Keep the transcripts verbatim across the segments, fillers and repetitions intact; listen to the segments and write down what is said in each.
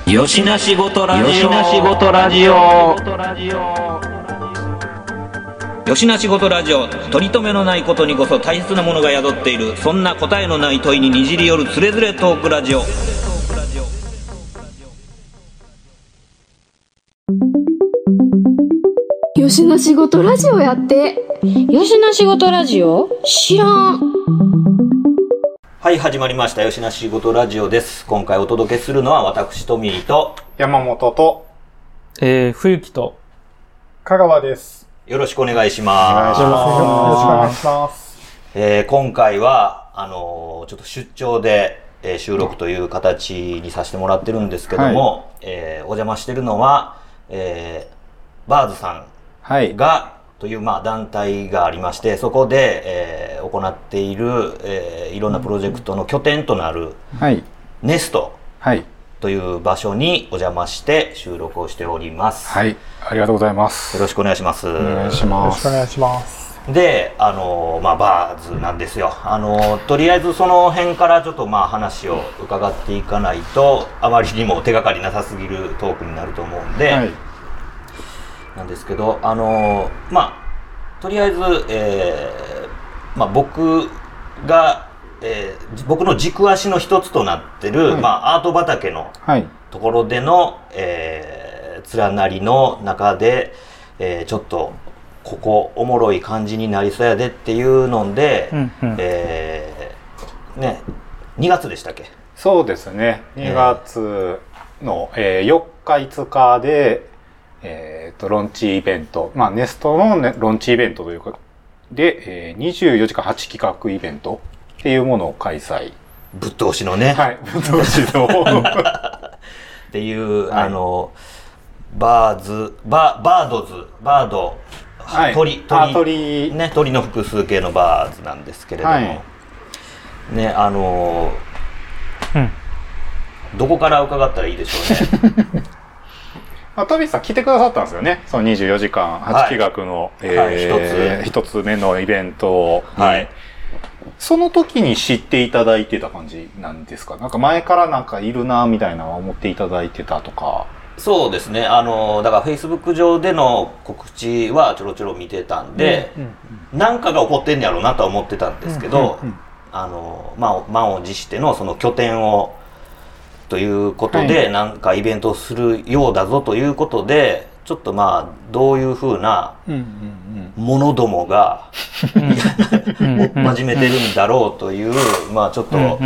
よしなしごとラジオ。よしなしごとラジオ。よしなしごとラジオ。取り留めのないことにこそ大切なものが宿っている。そんな答えのない問いににじり寄るつれづれトークラジオ。 よしなしごとラジオやって。 よしなしごとラジオ知らん。 はい、始まりましたよしなしごとラジオです。今回お届けするのは私トミーと山本と、 えー、冬木と香川です。 よろしくお願いします。 お願いします。よろしくお願いします。 えー、今回はあのー、ちょっと出張で、えー、収録という形にさせてもらってるんですけども、はい、えー、お邪魔してるのは、えー、バーズさんが、はい、というまあ団体がありまして、そこで、えー、行っている、えー、いろんなプロジェクトの拠点となる、はい、ネストという場所にお邪魔して収録をしております。 はい、ありがとうございます。 よろしくお願いします。 お願いします。よろしくお願いします。 で、あのまあバーズなんですよ。あのとりあえずその辺からちょっとまあ話を伺っていかないとあまりにも手がかりなさすぎるトークになると思うんで。はい、なんですけど、あのまあとりあえず、えーまあ、僕が、えー、僕の軸足の一つとなってる、はい、まあ、アート畑のところでの、はい、えー、連なりの中で、えー、ちょっとここおもろい感じになりそうやでっていうので、うんうん、えー、ね、にがつでしたっけ？ そうですね、にがつの、えー、よっかいつかでえー、とロンチイベント、まあ、ネストの、ね、ロンチイベントというかで、えー、にじゅうよじかんはち企画イベントっていうものを開催。 ぶっ通しのね、 はい、ぶっ通しのっていう、はい、あのバーズババードズバード、はい、鳥鳥鳥ね、鳥の複数形のバーズなんですけれども、はい、ね、あのーうん、どこから伺ったらいいでしょうね。 まあ、トビーさん来てくださったんですよね。そのにじゅうよじかんはち企画の、はい、えーはい、一つ目のイベントに、はい、その時に知っていただいてた感じなんですか？なんか前からなんかいるなみたいなのは思っていただいてたとか。 そうですね。あのだから Facebook 上での告知はちょろちょろ見てたんで、うんうんうん、なんかが起こってんやろうなとは思ってたんですけど、うんうんうん、あのまあ満を持してのその拠点をということで、はい、なんかイベントをするようだぞということで、ちょっとまあどういうふうな者どもが真面目てるんだろうという、まあちょっと、うんうん、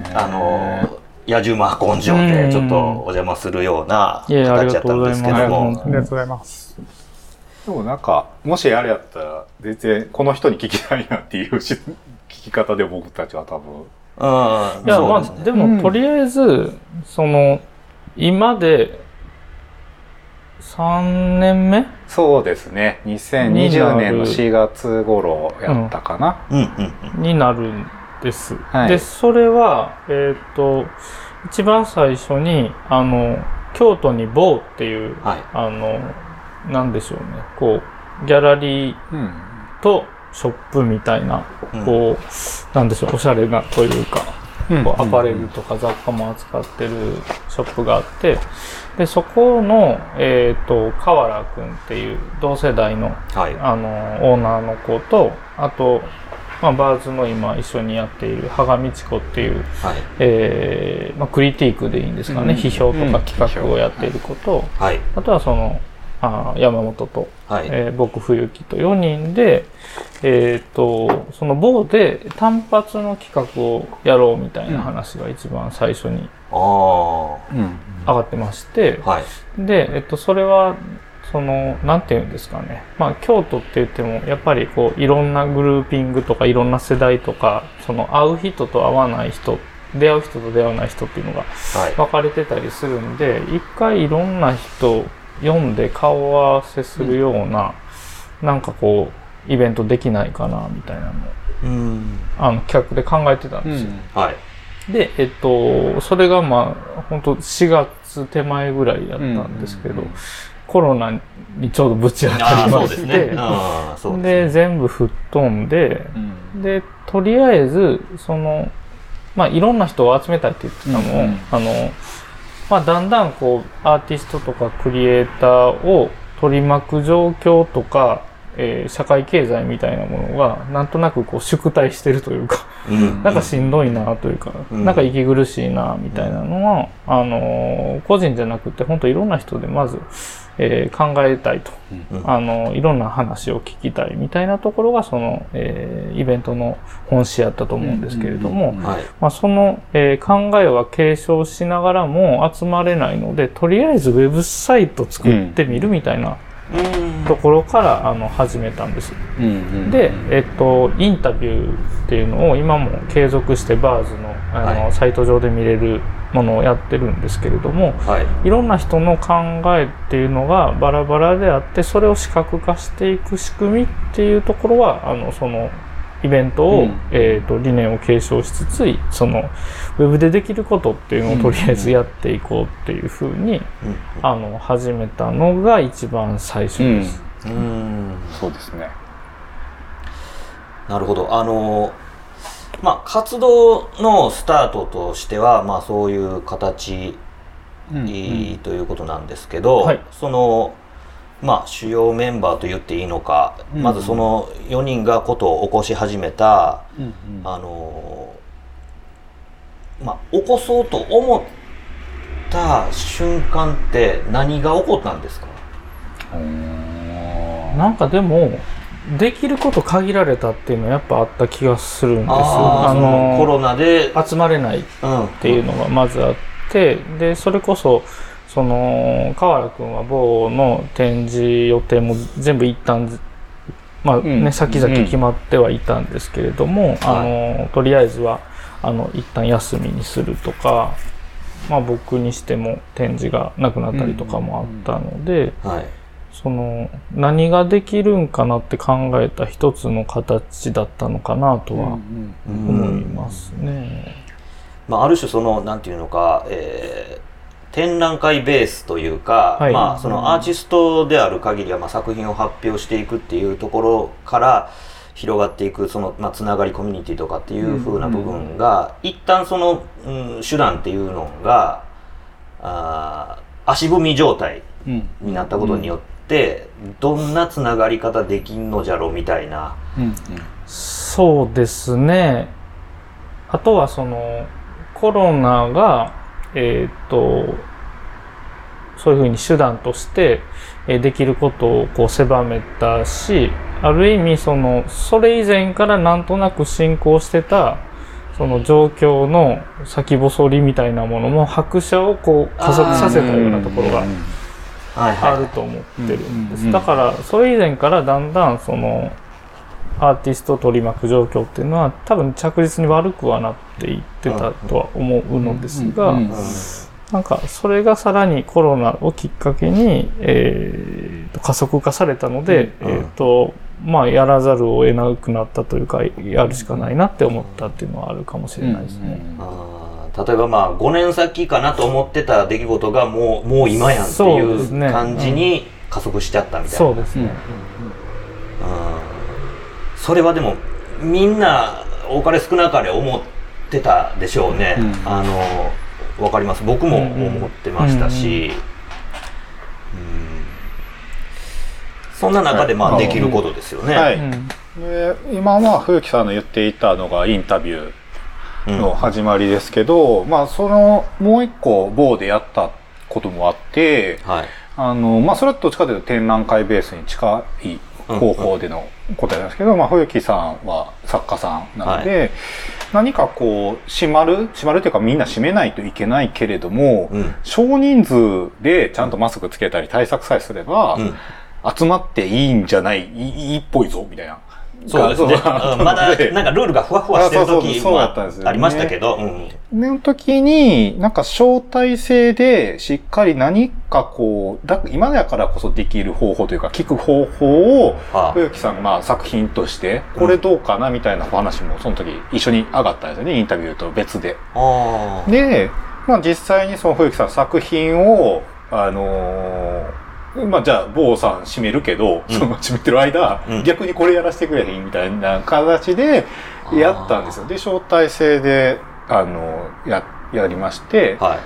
あの野獣馬根性でちょっとお邪魔するような形だったんですけども、 ありがとうございます。でもなんかもしあれやったら全然この人に聞きたいなっていう聞き方で僕たちは多分。 あ、いや、まあで、ね、でも、うん、とりあえずその今でさんねんめ、 そうですね、にせんにじゅうねんのしがつ頃やったかな、 うん、になるんです、はい、でそれはえっと一番最初にあの京都にボーっていう、はい、あのなんでしょうね、こうギャラリーとショップみたいな、こう、うん、なんでしょう、おしゃれなというか、うん、こうアパレルとか雑貨も扱ってるショップがあって、でそこの、えーと、河原くんっていう同世代の、はい、あのオーナーの子と、あと、まあ、バーズの今一緒にやっている羽賀美智子っていう、はい、えーまあ、クリティークでいいんですかね、うん、批評とか企画をやっている子と、はい、あとはそのあ山本と、はい、えー、僕冬木とよにんで、えー、とその某で単発の企画をやろうみたいな話が一番最初に上がってまして、うん、はい、で、えっと、それはそのなんていうんですかね、まあ、京都って言ってもやっぱりこういろんなグルーピングとかいろんな世代とか、その会う人と会わない人、出会う人と出会わない人っていうのが分かれてたりするんで、はい、一回いろんな人読んで顔合わせするような、うん、なんかこうイベントできないかなみたいなのを、うん、あの企画で考えてたんですよ、うん、はい、でえっとそれがまあ本当しがつ手前ぐらいやったんですけど、うんうんうん、コロナにちょうどぶち当たりまして、で, で、ねで全部吹っ飛んで、うん、でとりあえずそのまあいろんな人を集めたいって言ってたのを、うんうん、あのまあ、だんだんこうアーティストとかクリエイターを取り巻く状況とか、えー、社会経済みたいなものがなんとなくこう縮退してるというか、うん、なんかしんどいなというか、うん、なんか息苦しいなみたいなのは、あのー、個人じゃなくて本当いろんな人でまず、えー、考えたいと、うん、あのー、いろんな話を聞きたいみたいなところがその、えー、イベントの本質やったと思うんですけれども、まあ、その、えー、考えは継承しながらも集まれないので、とりあえずウェブサイト作ってみるみたいな、うん、ところからあの始めたんです、うんうん、で、えっと、インタビューっていうのを今も継続してバーズ の, あの、はい、サイト上で見れるものをやってるんですけれども、はい、いろんな人の考えっていうのがバラバラであって、それを視覚化していく仕組みっていうところはあのそのイベントを、うん、えーと、理念を継承しつつ、そのウェブでできることっていうのをとりあえずやっていこうっていうふうに、うん、あの始めたのが一番最初です。 うん、うんそうですね。 なるほど。あのまあ活動のスタートとしては、まあそういう形、うんうん、ということなんですけど、はい、そのまあ、主要メンバーと言っていいのか、うんうん、まずそのよにんがことを起こし始めた、うんうん、あのまあ、起こそうと思った瞬間って何が起こったんですか？ なんかでもできること限られたっていうのはやっぱあった気がするんですよ。ああのコロナで集まれないっていうのがまずあって、うん、でそれこそその河原くんは某の展示予定も全部一旦まあね、うん、先々決まってはいたんですけれども、うん、あのとりあえずはあの一旦休みにするとか、まあ僕にしても展示がなくなったりとかもあったので、うんはい、その何ができるんかなって考えた一つの形だったのかなとは思いますね。うんうんまあ、ある種そのなんていうのか、えー展覧会ベースというか、はい、まあそのアーティストである限りはまあ作品を発表していくっていうところから広がっていくそのまあつながりコミュニティとかっていう風な部分が、うんうん、一旦その、うん、手段っていうのがあ足踏み状態になったことによって、うんうん、どんなつながり方できんのじゃろみたいな、うんうん、 そうですね。あとはそのコロナがえー、とそういうふうに手段としてできることをこう狭めたし、ある意味そのそれ以前からなんとなく進行してたその状況の先細りみたいなものも拍車をこう加速させたようなところがあると思ってるんです。だからそれ以前からだんだんそのアーティストを取り巻く状況っていうのは多分着実に悪くはなっていってたとは思うのですが、なんかそれがさらにコロナをきっかけに、えー、と加速化されたので、うんえーとまあ、やらざるを得なくなったというか、やるしかないなって思ったっていうのはあるかもしれないですね。うんうん、 あ例えばまあごねん先かなと思ってた出来事がもう、もう今やんっていう感じに加速しちゃったみたいな。 そうですね。うんそれはでもみんな多かれ少なかれ思ってたでしょうね、うん、あの分かります。僕も思ってましたし、うんうんうん、そんな中でまあできることですよね、はいうん、で今は冬木さんの言っていたのがインタビューの始まりですけど、うん、まあそのもう一個某でやったこともあって、はい、あのまあそれはどっちかというと展覧会ベースに近い方法での答えなんですけど、まあ、冬木さんは作家さんなので、はい、何かこう閉まる閉まるというかみんな閉めないといけないけれども、うん、少人数でちゃんとマスクつけたり対策さえすれば、うん、集まっていいんじゃないいいっぽいぞみたいな。 そうですね。うん、まだなんかルールがふわふわしてる時もありましたけど、 その時になんか招待制でしっかり何かこうだ今だからこそできる方法というか聞く方法を冬木さんがまあ作品としてこれどうかなみたいなお話もその時一緒に上がったんですよね、インタビューと別で。あで、まあ実際にその冬木さん作品をあのーまあじゃあ坊さん閉めるけど、うん、その閉めてる間、うん、逆にこれやらせてくれへんみたいな形でやったんですよ。で招待制であの や, やりまして、はい、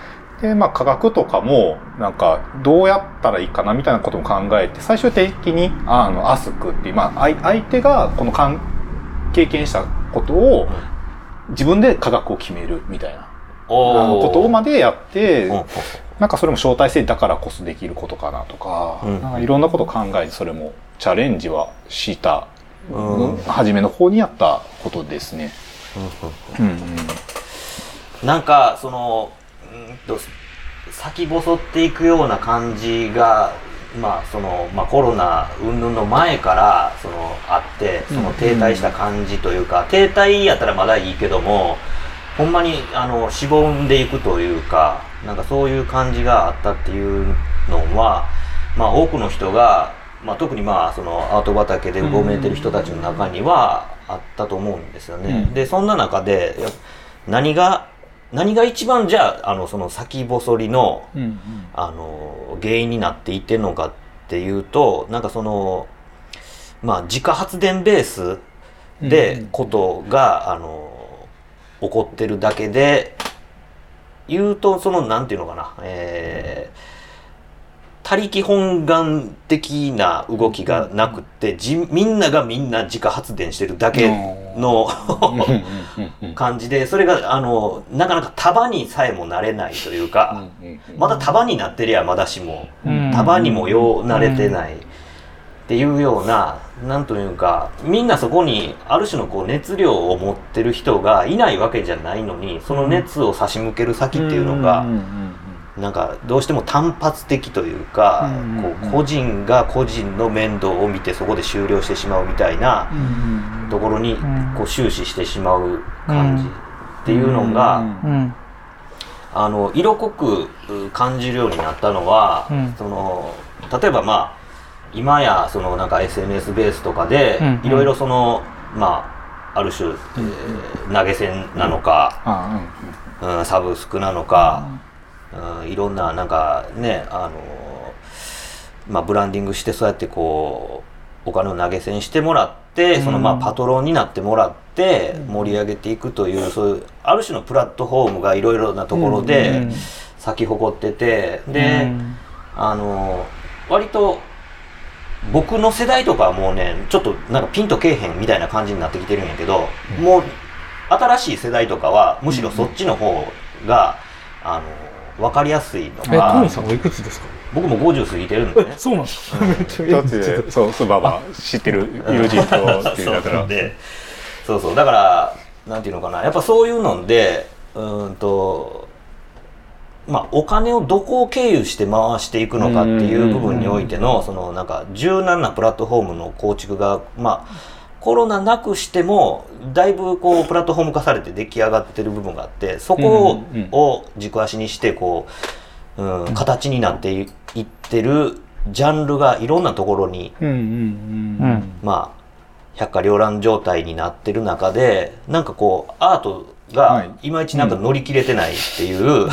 で、まあ価格とかも、なんかどうやったらいいかなみたいなことも考えて、最終的に、あの、アスクっていう、まあ相手がこのかん経験したことを自分で価格を決めるみたいなことまでやって、なんかそれも招待制だからこそできることかなとか、うん、なんかいろんなことを考えてそれもチャレンジはした、うん、初めの方にやったことですね。 うんうんうん、なんかその、うんと先細っていくような感じが、まあそのまあ、コロナ云々の前からそのあってその停滞した感じというか、うんうん、停滞やったらまだいいけどもほんまにあのしぼんでいくというかなんかそういう感じがあったっていうのは、まあ、多くの人が、まあ、特にまあそのアート畑でうごめいてる人たちの中にはあったと思うんですよね。うん、でそんな中で何が何が一番じゃあ、あのその先細りの、うんうん、あの原因になっていってるのかっていうとなんかそのまあ自家発電ベースでことが、うんうん、あの起こってるだけで言うとそのなんていうのかな、えー、他力本願的な動きがなくってじみんながみんな自家発電してるだけの感じでそれがあのなかなか束にさえもなれないというかまだ束になってりゃまだしも束にもようなれてないっていうようななんというかみんなそこにある種のこう熱量を持ってる人がいないわけじゃないのにその熱を差し向ける先っていうのがなんかどうしても単発的というかこう個人が個人の面倒を見てそこで終了してしまうみたいなところにこう終始してしまう感じっていうのがあの色濃く感じるようになったのはその例えばまあ今やそのなんか エスエヌエス ベースとかでいろいろそのまあある種、えー、投げ銭なのか、うん、サブスクなのか、うん、いろんななんかねあのまあブランディングしてそうやってこうお金を投げ銭してもらってそのまあパトロンになってもらって盛り上げていくというそういうある種のプラットフォームがいろいろなところで咲き誇っててであの割と僕の世代とかはもうねちょっとなんかピンとけえへんみたいな感じになってきてるんやけど、うん、もう新しい世代とかはむしろそっちの方が、うん、あの分かりやすいのが。 えトミーさんはいくつですか？ 僕もごじゅう過ぎてるんでね。 そうなんですか。 だってそうスババ知ってる友人とっていうだからでそうそうだからなんていうのかなやっぱそういうのでうーんとまあ、お金をどこを経由して回していくのかっていう部分においてのそのなんか柔軟なプラットフォームの構築がまあコロナなくしてもだいぶこうプラットフォーム化されて出来上がってる部分があってそこを軸足にしてこう、うん、形になっていってるジャンルがいろんなところにまあ百花繚乱状態になってる中でなんかこうアートがいまいちなんか乗り切れてないっていう、うん、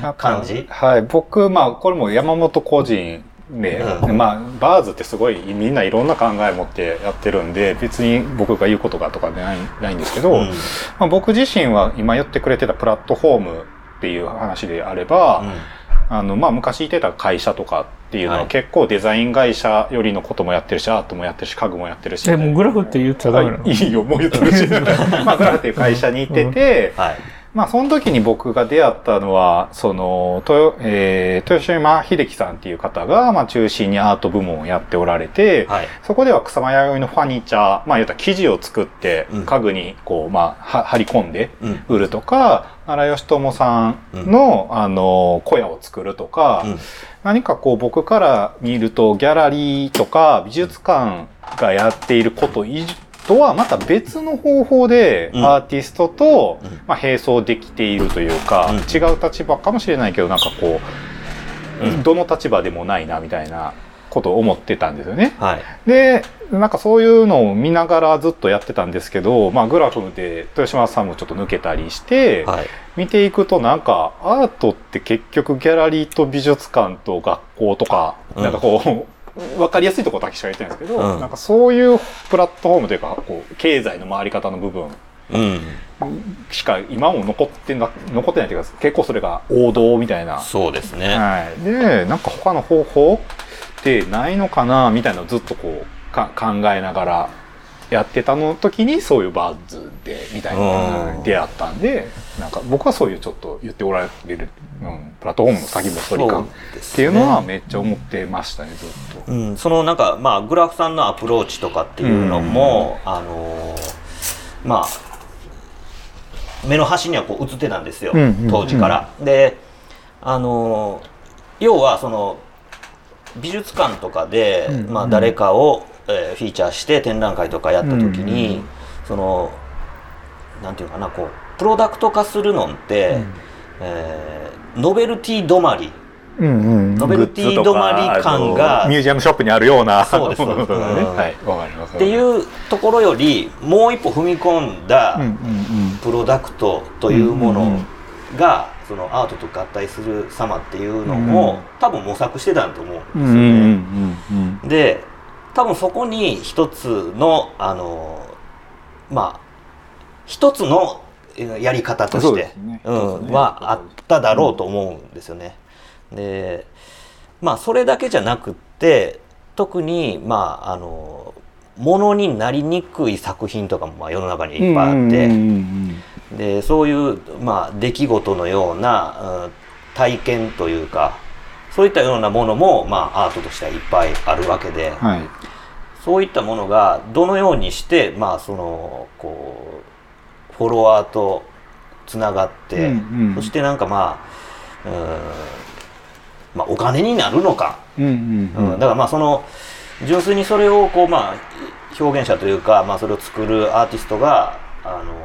感じ。 はい、僕まあこれも山本個人で、うん、まあバーズってすごいみんないろんな考え持ってやってるんで別に僕が言うことがとかないないんですけど、うんまあ、僕自身は今言ってくれてたプラットフォームっていう話であれば、うんあのまあ、昔言ってた会社とかっていうのは結構デザイン会社よりのこともやってるしアートもやってるし家具もやってるしえもうグラフって言っちゃダメなの？ いいよもう言ってるしまあグラフっていう会社に行ってて、うんはい、まあその時に僕が出会ったのはその豊、えー、豊島秀樹さんっていう方がまあ中心にアート部門をやっておられて、はい、そこでは草間彌生のファニチャーまあ言ったら生地を作って家具にこうまあ張り込んで売るとか、うん奈良義友さんの、うん、あの小屋を作るとか、うん、何かこう僕から見るとギャラリーとか美術館がやっていることとはまた別の方法でアーティストと、うんまあ、並走できているというか、うん、違う立場かもしれないけどなんかこう、うん、どの立場でもないなみたいなことを思ってたんですよね。はい、でなんかそういうのを見ながらずっとやってたんですけど、まあ、グラフで豊島さんもちょっと抜けたりして、はい、見ていくとなんかアートって結局ギャラリーと美術館と学校とか、うん、なんかこう分かりやすいところだけしか言ってないんですけど、うん、なんかそういうプラットフォームというかこう経済の回り方の部分うん、 しか今も残ってな残ってないというか結構それが王道みたいな。 そうですね、 はい、でなんか他の方法ってないのかなみたいなのをずっとこうか考えながらやってたの時にそういうバズでみたいな出会ったんで、なんか僕はそういうちょっと言っておられる、うん、プラットフォームの先も取りかっていうのはめっちゃ思ってましたねずっと、 うん、そのなんかまあグラフさんのアプローチとかっていうのも、うん、あのー、まあ目の端にはこう映ってたんですよ、うんうんうん、当時から。であのー、要はその美術館とかで、うんうん、まあ、誰かを、えー、フィーチャーして展覧会とかやった時に、うんうん、そのなんていうかなこうプロダクト化するのって、うん、えー、ノベルティ止まり、うんうん、ノベルティ止まり感がミュージアムショップにあるようなそうです、ね、 うん、はい、わかります。 っていうところよりもう一歩踏み込んだプロダクトというものがそのアートと合体する様っていうのを多分模索してたと思うんですよね、うんうんうん、で多分そこに一つのあのまあ一つのやり方として、ね、うん、はあっただろうと思うんですよね。でまあそれだけじゃなくって特にまああのものになりにくい作品とかもまあ世の中にいっぱいあって、うんうんうんうん、でそういう、まあ、出来事のような、うん、体験というかそういったようなものも、まあ、アートとしてはいっぱいあるわけで、はい、そういったものがどのようにして、まあ、そのこうフォロワーとつながって、うんうん、そしてなんかまあ、うんまあ、お金になるのか、うんうんうんうん、だからまあその純粋にそれをこう、まあ、表現者というか、まあ、それを作るアーティストがあの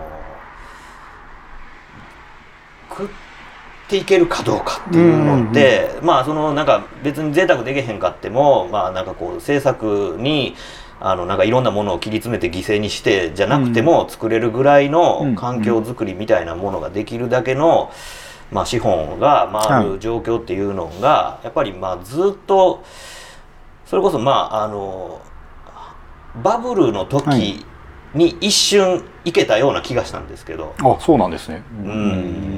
食っていけるかどうかっていうのって、うんうんうん、まあそのなんか別に贅沢できへんかっても、まあなんかこう制作にあのなんかいろんなものを切り詰めて犠牲にしてじゃなくても作れるぐらいの環境づくりみたいなものができるだけの、まあ、資本が回る状況っていうのがやっぱりまあずっとそれこそまああのバブルの時に一瞬いけたような気がしたんですけど、 あ、そうなんですね。 うん、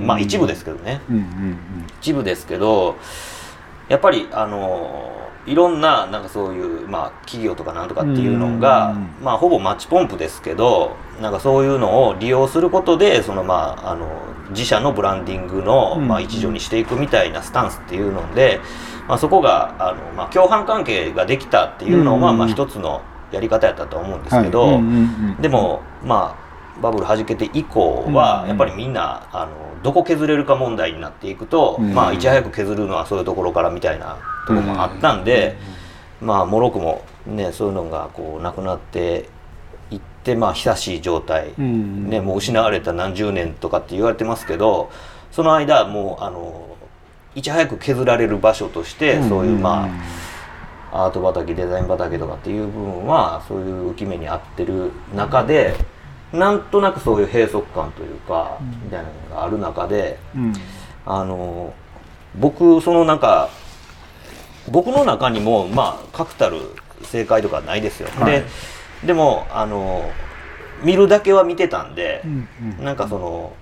まあ一部ですけどね、うんうんうん、一部ですけどやっぱりあのいろんななんかそういう、まあ、企業とかなんとかっていうのが、うんうんうん、まあほぼマッチポンプですけどなんかそういうのを利用することでその、まあ、あの自社のブランディングの、まあ、一助にしていくみたいなスタンスっていうので、まあ、そこがあの、まあ、共犯関係ができたっていうのは、うんうん、まあ一つのやり方やったと思うんですけど、はい、うんうんうん、でもまあバブル弾けて以降はやっぱりみんなあのどこ削れるか問題になっていくと、うんうん、まあいち早く削るのはそういうところからみたいなところもあったんで、うんうん、まあもろくもねそういうのがこうなくなっていってまあ久しい状態、うんうん、ね、もう失われた何十年とかって言われてますけどその間もうあのいち早く削られる場所としてそういうまあ、うんうん、アート畑デザイン畑とかっていう部分はそういう浮き目に合ってる中でなんとなくそういう閉塞感というか、うん、みたいなのがある中で、うん、あの僕そのなんか僕の中にもまあ確たる正解とかないですよ、はい、で, でもあの見るだけは見てたんで、うんうん、なんかその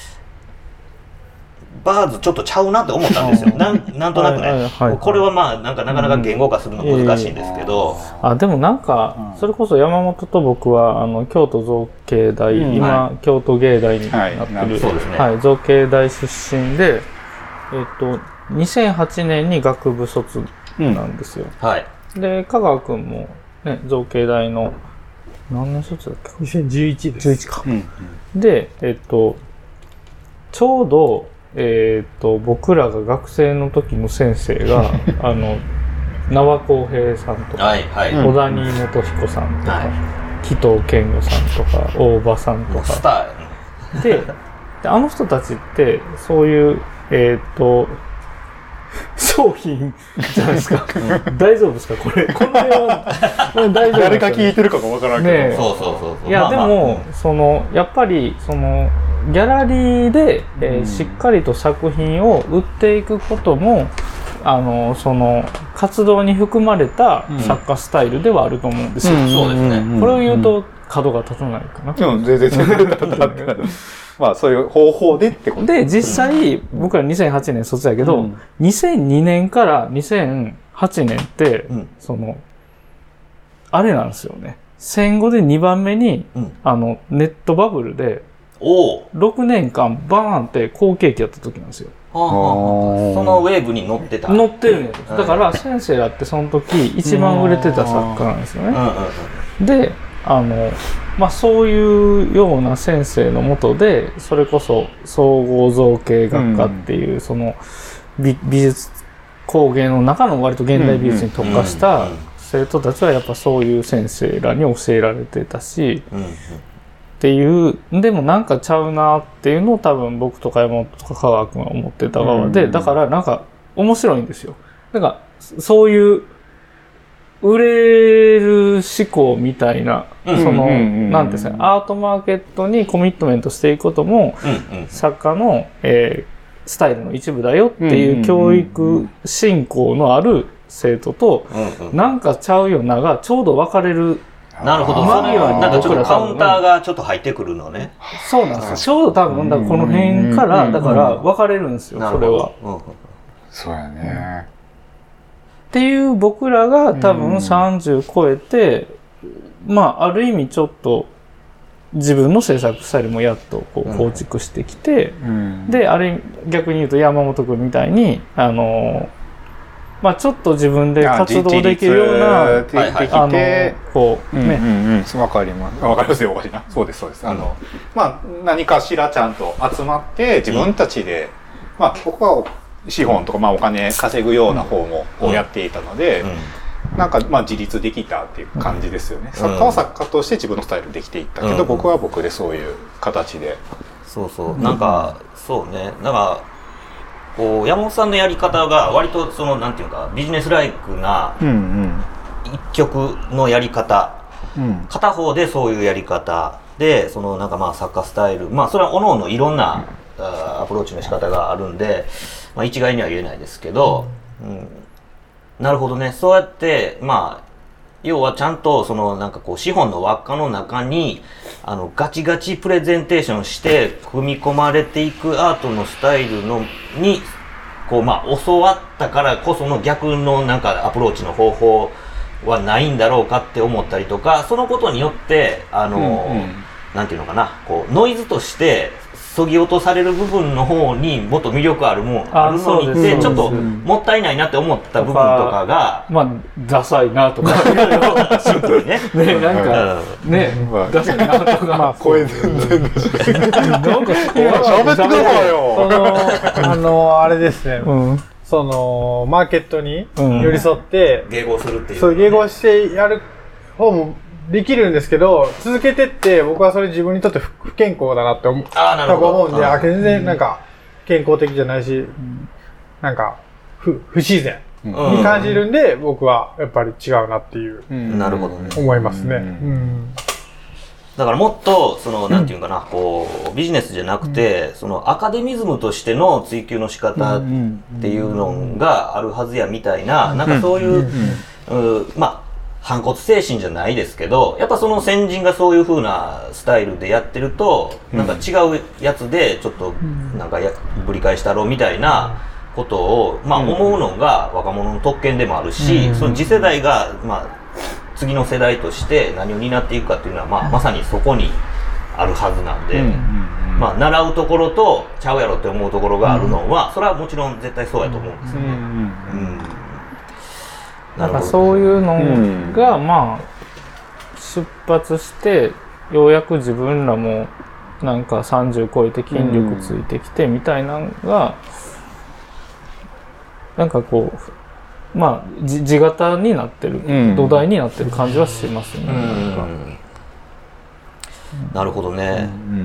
バーズちょっとちゃうなって思ったんですよ。なん、なんとなくね、はいはいはい、これはまあなんかなかなか言語化するの難しいんですけど、 うんえー、あでもなんかそれこそ山本と僕はあの京都造形大、うん、今、はい、京都芸大になってる、はいそうですねはい、造形大出身で、えっとにせんはちねんに学部卒なんですよ。うんはい、で香川くんもね造形大の何年卒だっけ？にせんじゅういちです。じゅういちか。うんうん、でえっとちょうどえー、と僕らが学生の時の先生があの名和浩平さんとか、はいはい、小谷元彦さんとか、はい、紀藤健吾さんとか大場さんとかスターで, であの人たちってそういうえっ、ー、と商品じゃないですか大丈夫ですかこれこの辺はこれ大丈夫ですか、ね、 誰か聞いてるかもわからんけど、ね、 そうそうそうそういや、まあまあ、でも、 うん、 そのやっぱりそのギャラリーで、えーうん、しっかりと作品を売っていくこともあのその活動に含まれた作家スタイルではあると思うんですよ、うん、 そうですね。 これを言うと角が立たないかな。 うん、全然全然立たない。まあそういう方法でってことで、実際、うん、僕らにせんはちねん卒やけど、うん、にせんにねんからにせんはちねんって、うん、その、あれなんですよね。戦後でにばんめに、うん、あの、ネットバブルで、おろくねんかんバーンって好景気やった時なんですよ。 はあはあ、そのウェーブに乗ってた。 乗ってるんや。だから先生らってその時一番売れてた作家なんですよね。で、あの、まあそういうような先生のもとで、それこそ総合造形学科っていう、うん、その 美, 美術工芸の中の割と現代美術に特化した生徒たちはやっぱそういう先生らに教えられてたし、うんうんっていうでもなんかちゃうなっていうのを多分僕とか山本とか香川君は思ってた側で、うん、だからなんか面白いんですよ。だからそういう売れる思考みたいな、うん、その、うん、なんていうんですか、アートマーケットにコミットメントしていくことも、うん、作家の、えー、スタイルの一部だよっていう教育信仰のある生徒と、うんうん、なんかちゃうよながちょうど分かれる。 なるほど。それはなんかちょっとカウンターがちょっと入ってくるのね。 そうなんですよ。ちょうど多分だからこの辺からだから分かれるんですよ。それは。 うん、そうやね。 っていう僕らが多分さんじゅう超えて、まあある意味ちょっと自分の制作スタイルもやっとこう構築してきて、うん、であれ逆に言うと山本君みたいにあの。まあちょっと自分で活動できるような、あの、こう、ね。 うんうん、わかります。わかりますよ、おかしいな。そうです、そうです。あの、まあ何かしらちゃんと集まって自分たちで、まあ僕は資本とか、まあお金稼ぐような方もをやっていたので、なんかまあ自立できたっていう感じですよね。作家は作家として自分のスタイルできていったけど、僕は僕でそういう形で。 そうそう。なんか、そうね。なんか、こう山本さんのやり方が割とそのなんていうかビジネスライクな一曲のやり方、うんうん、片方でそういうやり方でそのなんかまあ作家スタイル、まあそれは各々いろんなアプローチの仕方があるんで、まあ、一概には言えないですけど、うん、なるほどね。そうやってまあ要はちゃんとそのなんかこう資本の輪っかの中にあのガチガチプレゼンテーションして組み込まれていくアートのスタイルのにこうまあ教わったからこその逆のなんかアプローチの方法はないんだろうかって思ったりとか、そのことによってあの、うんうん、なんていうのかなこうノイズとしてそぎ落とされる部分の方にもっと魅力あるもんあるのにってちょっともったいないなって思った部分とかがまあダサいなとかシンプルにねねなんかねダサいなとかまあ声全然だしなんか喋ってくださいよ。 あのあれですね、そのマーケットに寄り添って迎合するっていうそう迎合してやる方もできるんですけど、続けてって僕はそれ自分にとって不健康だなって思う思うんで、あ全然なんか健康的じゃないし、うん、なんか不不自然に感じるんで、うん、僕はやっぱり違うなっていう、 うん、なるほどね思いますね。うんうんだからもっとそのなんていうかな、こうビジネスじゃなくて、そのアカデミズムとしての追求の仕方っていうのがあるはずやみたいな、なんかそういう、うまあ反骨精神じゃないですけど、やっぱその先人がそういう風なスタイルでやってると、なんか違うやつでちょっとなんかやぶり返したろうみたいなことをまあ思うのが若者の特権でもあるし、その次世代がまあ次の世代として何を担っていくかっていうのは、まあ、まさにそこにあるはずなんで、まあ習うところとちゃうやろって思うところがあるのは、それはもちろん絶対そうやと思うんですよね。うんなんかそういうのが、まあ出発してようやく自分らもなんかさんじゅう超えて筋力ついてきてみたいなのが、なんかこうまあ地形になってる、土台になってる感じはしますね。 なるほどね。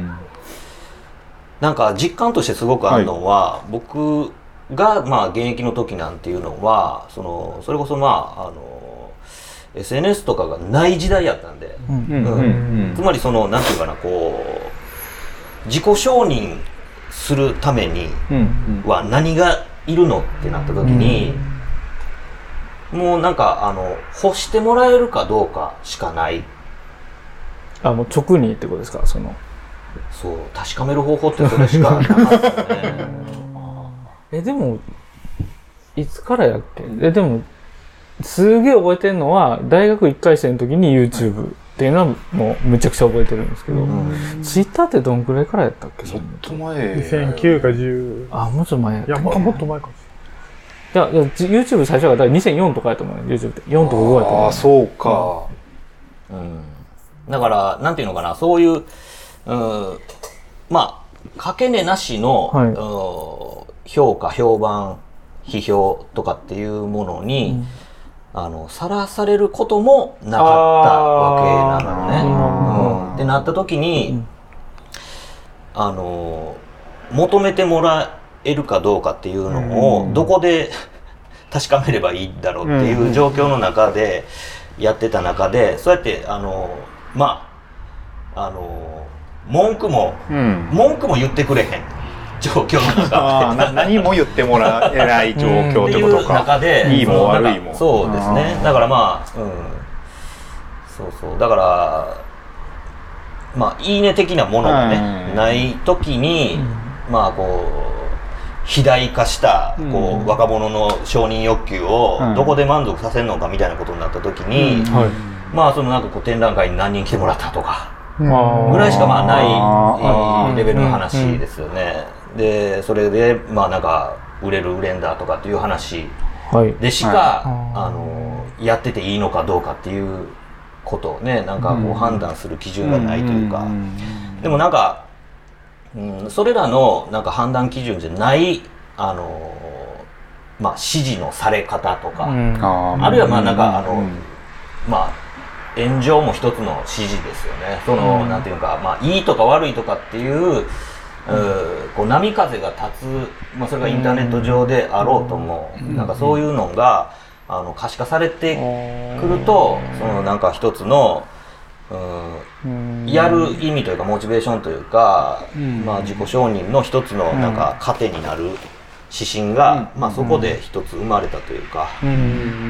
なんか実感としてすごくあるのは、僕がまあ現役の時なんていうのはそのそれこそまああの エスエヌエス とかがない時代やったんで、つまりそのなんていうかなこう自己承認するためには何がいるのってなった時に、もうなんかあの欲してもらえるかどうかしかない。 あもう直にってことですか？そのそう確かめる方法ってそれしかなかったよね。 えでもいつからやっけ？えでもすげえ覚えてるのは大学いっかい生の時に YouTube っていうのはもうむちゃくちゃ覚えてるんですけど、うん、Twitter ってどんくらいからやったっけ？ ちょっと前にせんきゅうかじゅうあもうちょっと前やったっけ？ いやもっと前かもしれない。いや、いや YouTube 最初がだからにせんよんとかやと思うよ YouTube ってよんとかごやと思う。 ああそうか、 うん、だからなんていうのかなそういう、うん、まあかけねなしの、はい、評価評判批評とかっていうものに、うんあのさらされることもなかったわけなのね、うん、ってなった時に、うん、あの求めてもらえるかどうかっていうのをどこで確かめればいいんだろうっていう状況の中でやってた中でそうやってあのまああの文句も、うん、文句も言ってくれへん状況の中で何も言ってもらえない状況ってことか、うん、っていう中でいいも悪いもそうですねだからまあ、うん、そうそうだからまあいいね的なものがね、うん、ない時に、うん、まあこう肥大化したこう、うん、若者の承認欲求をどこで満足させるのかみたいなことになった時に、うんはい、まあそのなんかこう展覧会に何人来てもらったとかぐらいしかまあないレベルの話ですよね。でそれでまあなんか売れる売れんだとかっていう話でしか、はい、あのやってていいのかどうかっていうことをねなんかこう判断する基準がないというか、でもなんか、うん、それらのなんか判断基準じゃないあのまあ指示のされ方とか、うん、あるいはまあなんかあの、うん、まあ炎上も一つの指示ですよね。その、うん、なんていうかまあいいとか悪いとかっていううこう波風が立つ、まあ、それがインターネット上であろうとも、うん、なんかそういうのがあの可視化されてくると、そのなんか一つの、うん、やる意味というかモチベーションというか、うん、まあ、自己承認の一つのなんか糧になる指針が、うん、まあ、そこで一つ生まれたというか、うん、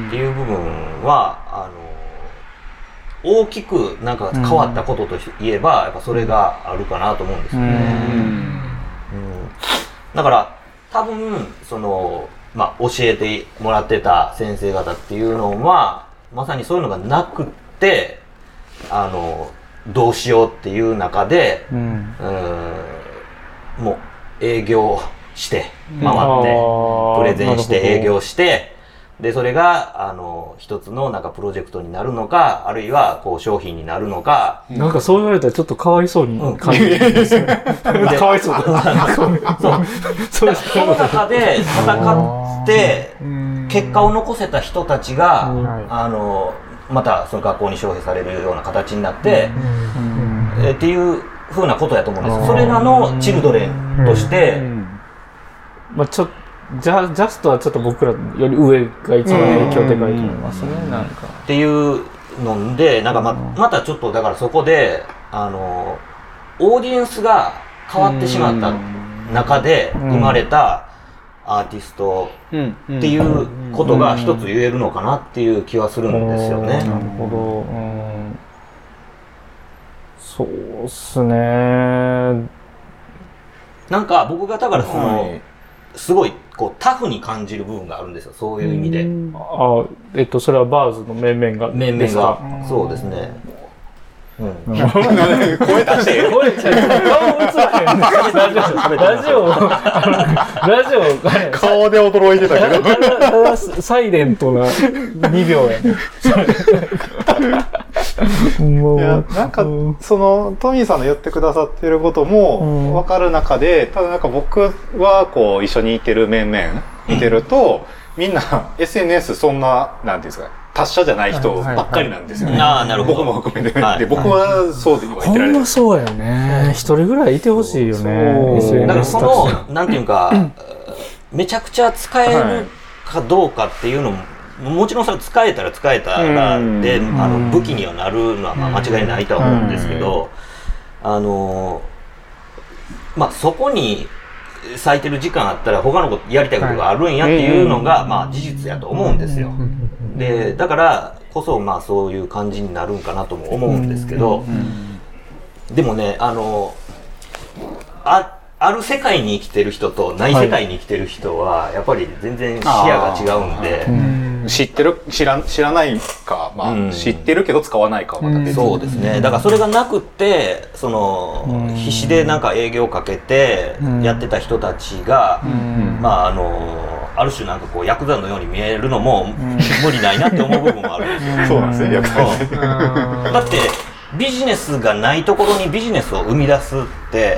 っていう部分はあの大きくなんか変わったことといえば、やっぱそれがあるかなと思うんですよね。うんうん、だから多分その、まあ、教えてもらってた先生方っていうのはまさにそういうのがなくってあのどうしようっていう中で、うん、うんもう営業して回ってプレゼンして営業してでそれがあの一つのなんかプロジェクトになるのかあるいはこう商品になるのか、 なんかそう言われたらちょっとかわいそうに感じるんですよね。かわいそうだ。 そうその中で戦って結果を残せた人たちが、うん、あのまたその学校に招聘されるような形になって、うん、えっていうふうなことやと思うんです。それらのチルドレンとして、うんうん、 まあちょっとジャ, ジャストはちょっと僕らより上が一番影響でかいと思いますね、うん、なんかっていうのでなんか ま, またちょっとだからそこであのオーディエンスが変わってしまった中で生まれたアーティストっていうことが一つ言えるのかなっていう気はするんですよね。 なるほど、うん、そうっすね。 なんか僕がだからその、はい、すごいこうタフに感じる部分があるんですよ。そういう意味で。 あ、えっとそれはバーズの面々が面々がそうですね。うん、声出して声出して顔映らへん。ラジオラジオラジオ顔で驚いてたけど。 ただサイレントなにびょうやね。 いやなんかそのトミーさんの言ってくださってることも分かる中で、ただなんか僕はこう一緒にいてる面々見てると、みんな エスエヌエス そんななんていうんですか達者じゃない人ばっかりなんですよね。 ああなるほど。 僕も含めて、はい、で僕はそうでは言ってられない。 ほんまそうやよね。一人ぐらいいてほしいよね。 だからそのなんていうかめちゃくちゃ使えるかどうかっていうのも。もちろんそれ使えたら使えたらで、うん、あの武器にはなるのはまあ間違いないとは思うんですけど、うん、あのまあそこに割いてる時間あったら他のことやりたいことがあるんやっていうのが、はい、まあ事実やと思うんですよ。でだからこそまあそういう感じになるんかなとも思うんですけど、 でもね、あのあある世界に生きてる人とない世界に生きてる人はやっぱり全然視野が違うんで、 うん、知ってる知ら知らないか、まあ、うん、知ってるけど使わないかはまた別に、 そうですね。だからそれがなくってその、うん、必死でなんか営業かけてやってた人たちが、うん、まああのある種なんかこうヤクザのように見えるのも、うん、無理ないなって思う部分もあるんですよ。 そうなんですね、ヤクザ。 だってビジネスがないところにビジネスを生み出すって、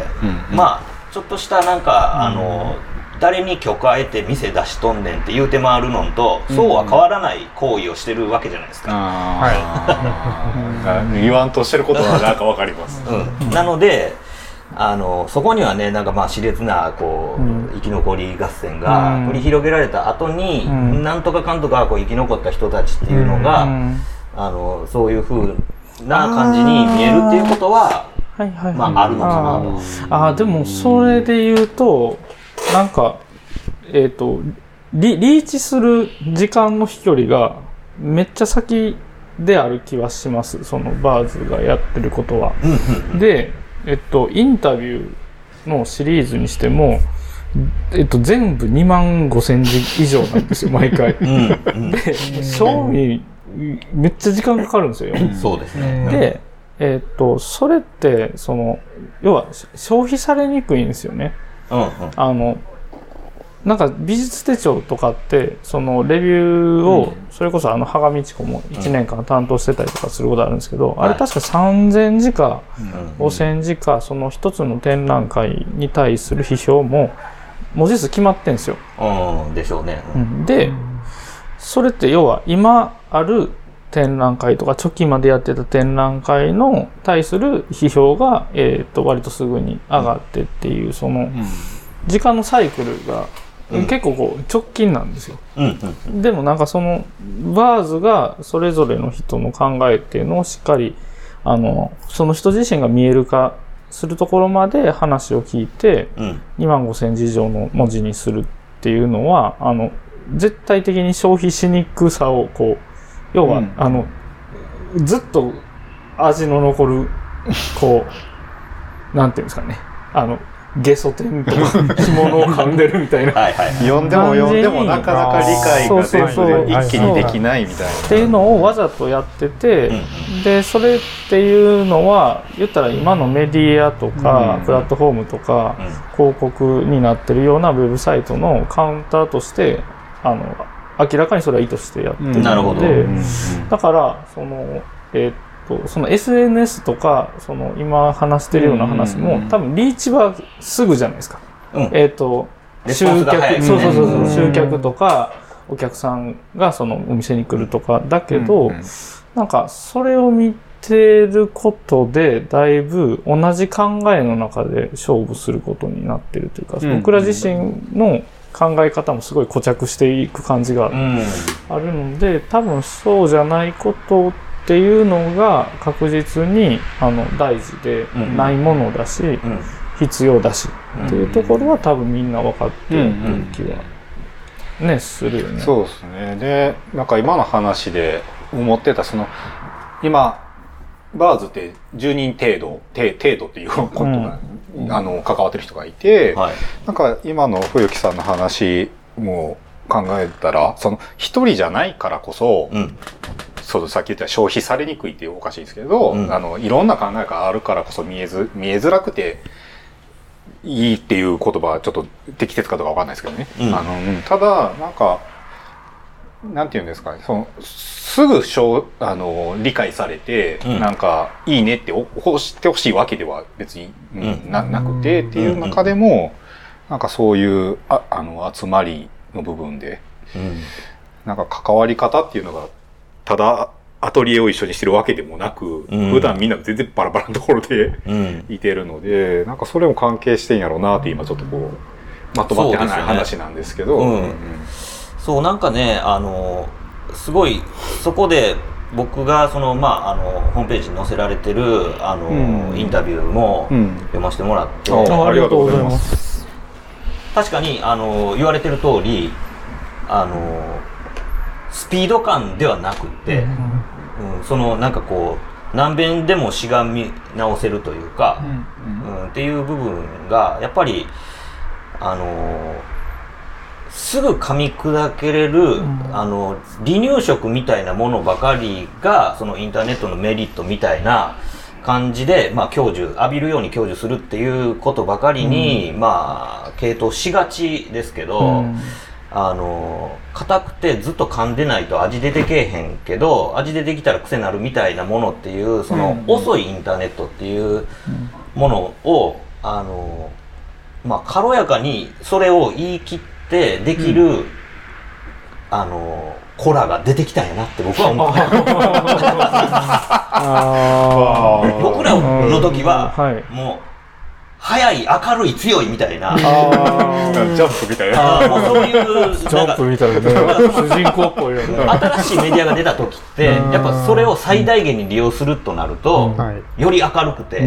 うん、まあちょっとしたなんか、うん、あの誰に許可得て店出しとんねんって言うて回るのと、うん、そうは変わらない行為をしてるわけじゃないですか。 はい、言わんとしてることはなんかわかります、 うん、なのであのそこにはねなんかまあ熾烈なこう、うん、生き残り合戦が繰り広げられた後に、うん、なんとかかんとかこう生き残った人たちっていうのが、うん、あのそういう風な感じに見えるっていうことははいはいはい、 まああるのかなと。 ああでもそれで言うとなんかえっとリリーチする時間の飛距離がめっちゃ先である気はします。そのバーズがやってることは。でえっとインタビューのシリーズにしてもえっと全部にまんごせんじ以上なんですよ毎回。で賞味めっちゃ時間かかるんですよ。 そうですね。 でえっと、それって、その、要は消費されにくいんですよね。うんうん、あの、なんか美術手帳とかって、そのレビューを、それこそあの、羽賀美智子もいちねんかん担当してたりとかすることあるんですけど、うん、あれ確かさんぜんじかごせんじか、その一つの展覧会に対する批評も、文字数決まってんですよ。 うん、でしょうね。 うん、で、それって要は今ある展覧会とか直近までやってた展覧会の対する批評が、えー、と割とすぐに上がってっていうその時間のサイクルが結構こう直近なんですよ、うんうん、でもなんかそのバーズがそれぞれの人の考えっていうのをしっかりあのその人自身が見える化するところまで話を聞いて、うん、にまんごせんじ以上の文字にするっていうのはあの絶対的に消費しにくさをこう要は、うん、あのずっと味の残るこうなんていうんですかねあのゲソ天とか干物を噛んでるみたいなはい、はい、 読んでも読んでもなかなか理解が全部で一気にできないみたいなっていうのをわざとやってて、うん、でそれっていうのは言ったら今のメディアとか、うん、プラットフォームとか、うん、広告になってるようなウェブサイトのカウンターとしてあの明らかにそれは意図してやってるので、うん、だからそのえー、っとその エスエヌエス とかその今話してるような話も多分リーチはすぐじゃないですか。うん、えー、っと集客そうそうそうそう集客とかお客さんがそのお店に来るとかだけど、うん、なんかそれを見てることでだいぶ同じ考えの中で勝負することになってるというか、うん、僕ら自身の考え方もすごい固着していく感じがあるので、うん、多分そうじゃないことっていうのが確実にあの大事でないものだし、うん、必要だし、うん、っていうところは多分みんな分かってる気はねするよね。 そうですね。でなんか今の話で思ってたその今バーズってじゅうにん程度程度っていうことが、うん、あの関わってる人がいて、はい、なんか今の冬木さんの話も考えたらその一人じゃないからこそ、うん、そうさっき言った消費されにくいっていうおかしいですけど、うん、あのいろんな考えがあるからこそ見えず見えづらくていいっていう言葉はちょっと適切かどうかわかんないですけどね、うん、あのただなんかなんていうんですかねそのすぐしょうあの理解されて、うん、なんかいいねって押してほしいわけでは別に、うん、な, なくてっていう中でも、うん、なんかそういうああの集まりの部分で、うん、なんか関わり方っていうのがただアトリエを一緒にしてるわけでもなく、うん、普段みんな全然バラバラなところで、うん、いてるのでなんかそれも関係してんやろうなって今ちょっとこうまとまってない話なんですけど。 そうなんかねあのすごいそこで僕がそのまああのホームページに載せられてるあの、うん、インタビューも読ませてもらって、うん、 ありがとうございます。 確かにあの言われてる通りあのスピード感ではなくて、うんうん、そのなんかこう何遍でもしがみ直せるというか、うんうんうん、っていう部分がやっぱりあのすぐ噛み砕けれる、うん、あの離乳食みたいなものばかりがそのインターネットのメリットみたいな感じで、まあ、享受浴びるように享受するっていうことばかりに、うん、まあ傾倒しがちですけど、うん、あの硬くてずっと噛んでないと味出てけえへんけど味出てきたら癖になるみたいなものっていうその遅いインターネットっていうものをあの、まあ、軽やかにそれを言い切ってできる、うん、あのコラが出てきたんやなって僕は思って僕らの時はもう速い明るい強いみたいなジャンプみたいなもうそういうジャンプみたいな主人公っぽいよね。 新しいメディアが出た時ってやっぱそれを最大限に利用するとなると、うん、より明るくて、うん、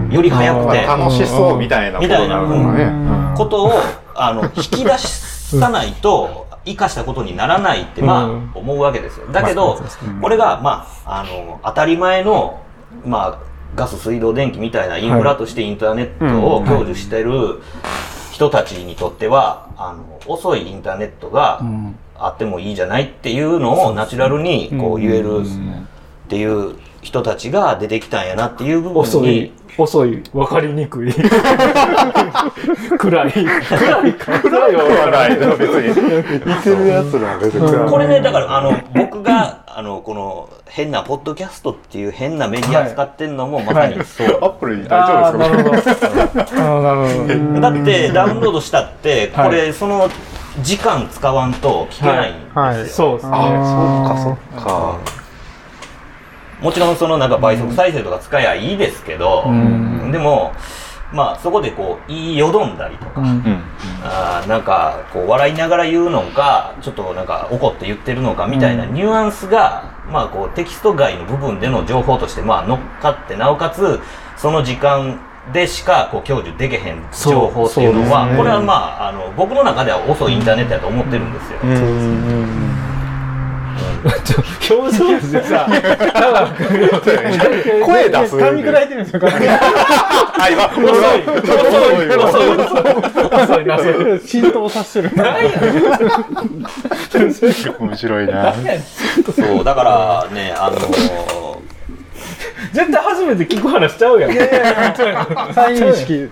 より速くて楽しそうみたいなことになるのね、 うん、ことをあの引き出さないと生かしたことにならないってまあ思うわけですよ。だけどこれがまああの当たり前のまあガス水道電気みたいなインフラとしてインターネットを享受してる人たちにとってはあの遅いインターネットがあってもいいじゃないっていうのをナチュラルにこう言えるっていう人たちが出てきたんやなっていう部分に遅い遅い分かりにくい暗い暗い暗いはないでも別に似てるやつらは別に暗いこれねだからあの僕があのこの変なポッドキャストっていう変なメディア使ってんのもまさにそう、はい、 アップルに大丈夫ですか？ なるほどだってダウンロードしたってこれ、はい、その時間使わんと聞けないんですよ、はいはい、 そうですねあそうかそうかもちろんそのなんか倍速再生とか使えばいいですけど、うん、でもまあそこでこう言いよどんだりとか、うん、あなんかこう笑いながら言うのかちょっとなんか怒って言ってるのかみたいなニュアンスが、まあこうテキスト外の部分での情報としてまあ乗っかってなおかつその時間でしかこう享受できへん情報っていうのはこれはまああの僕の中では遅いインターネットだと思ってるんですよ。うんうん表情でさ、 声出す。 噛み砕いてるんですよ。 あ、今遅い遅い遅い遅い浸透させてる。 面白いな。 そうだからねあの絶対初めて聞く話しちゃうやん。いやいや再認識。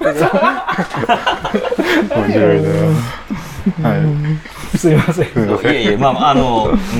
面白いな。はい。 すいません。 いやいやまああの、うん、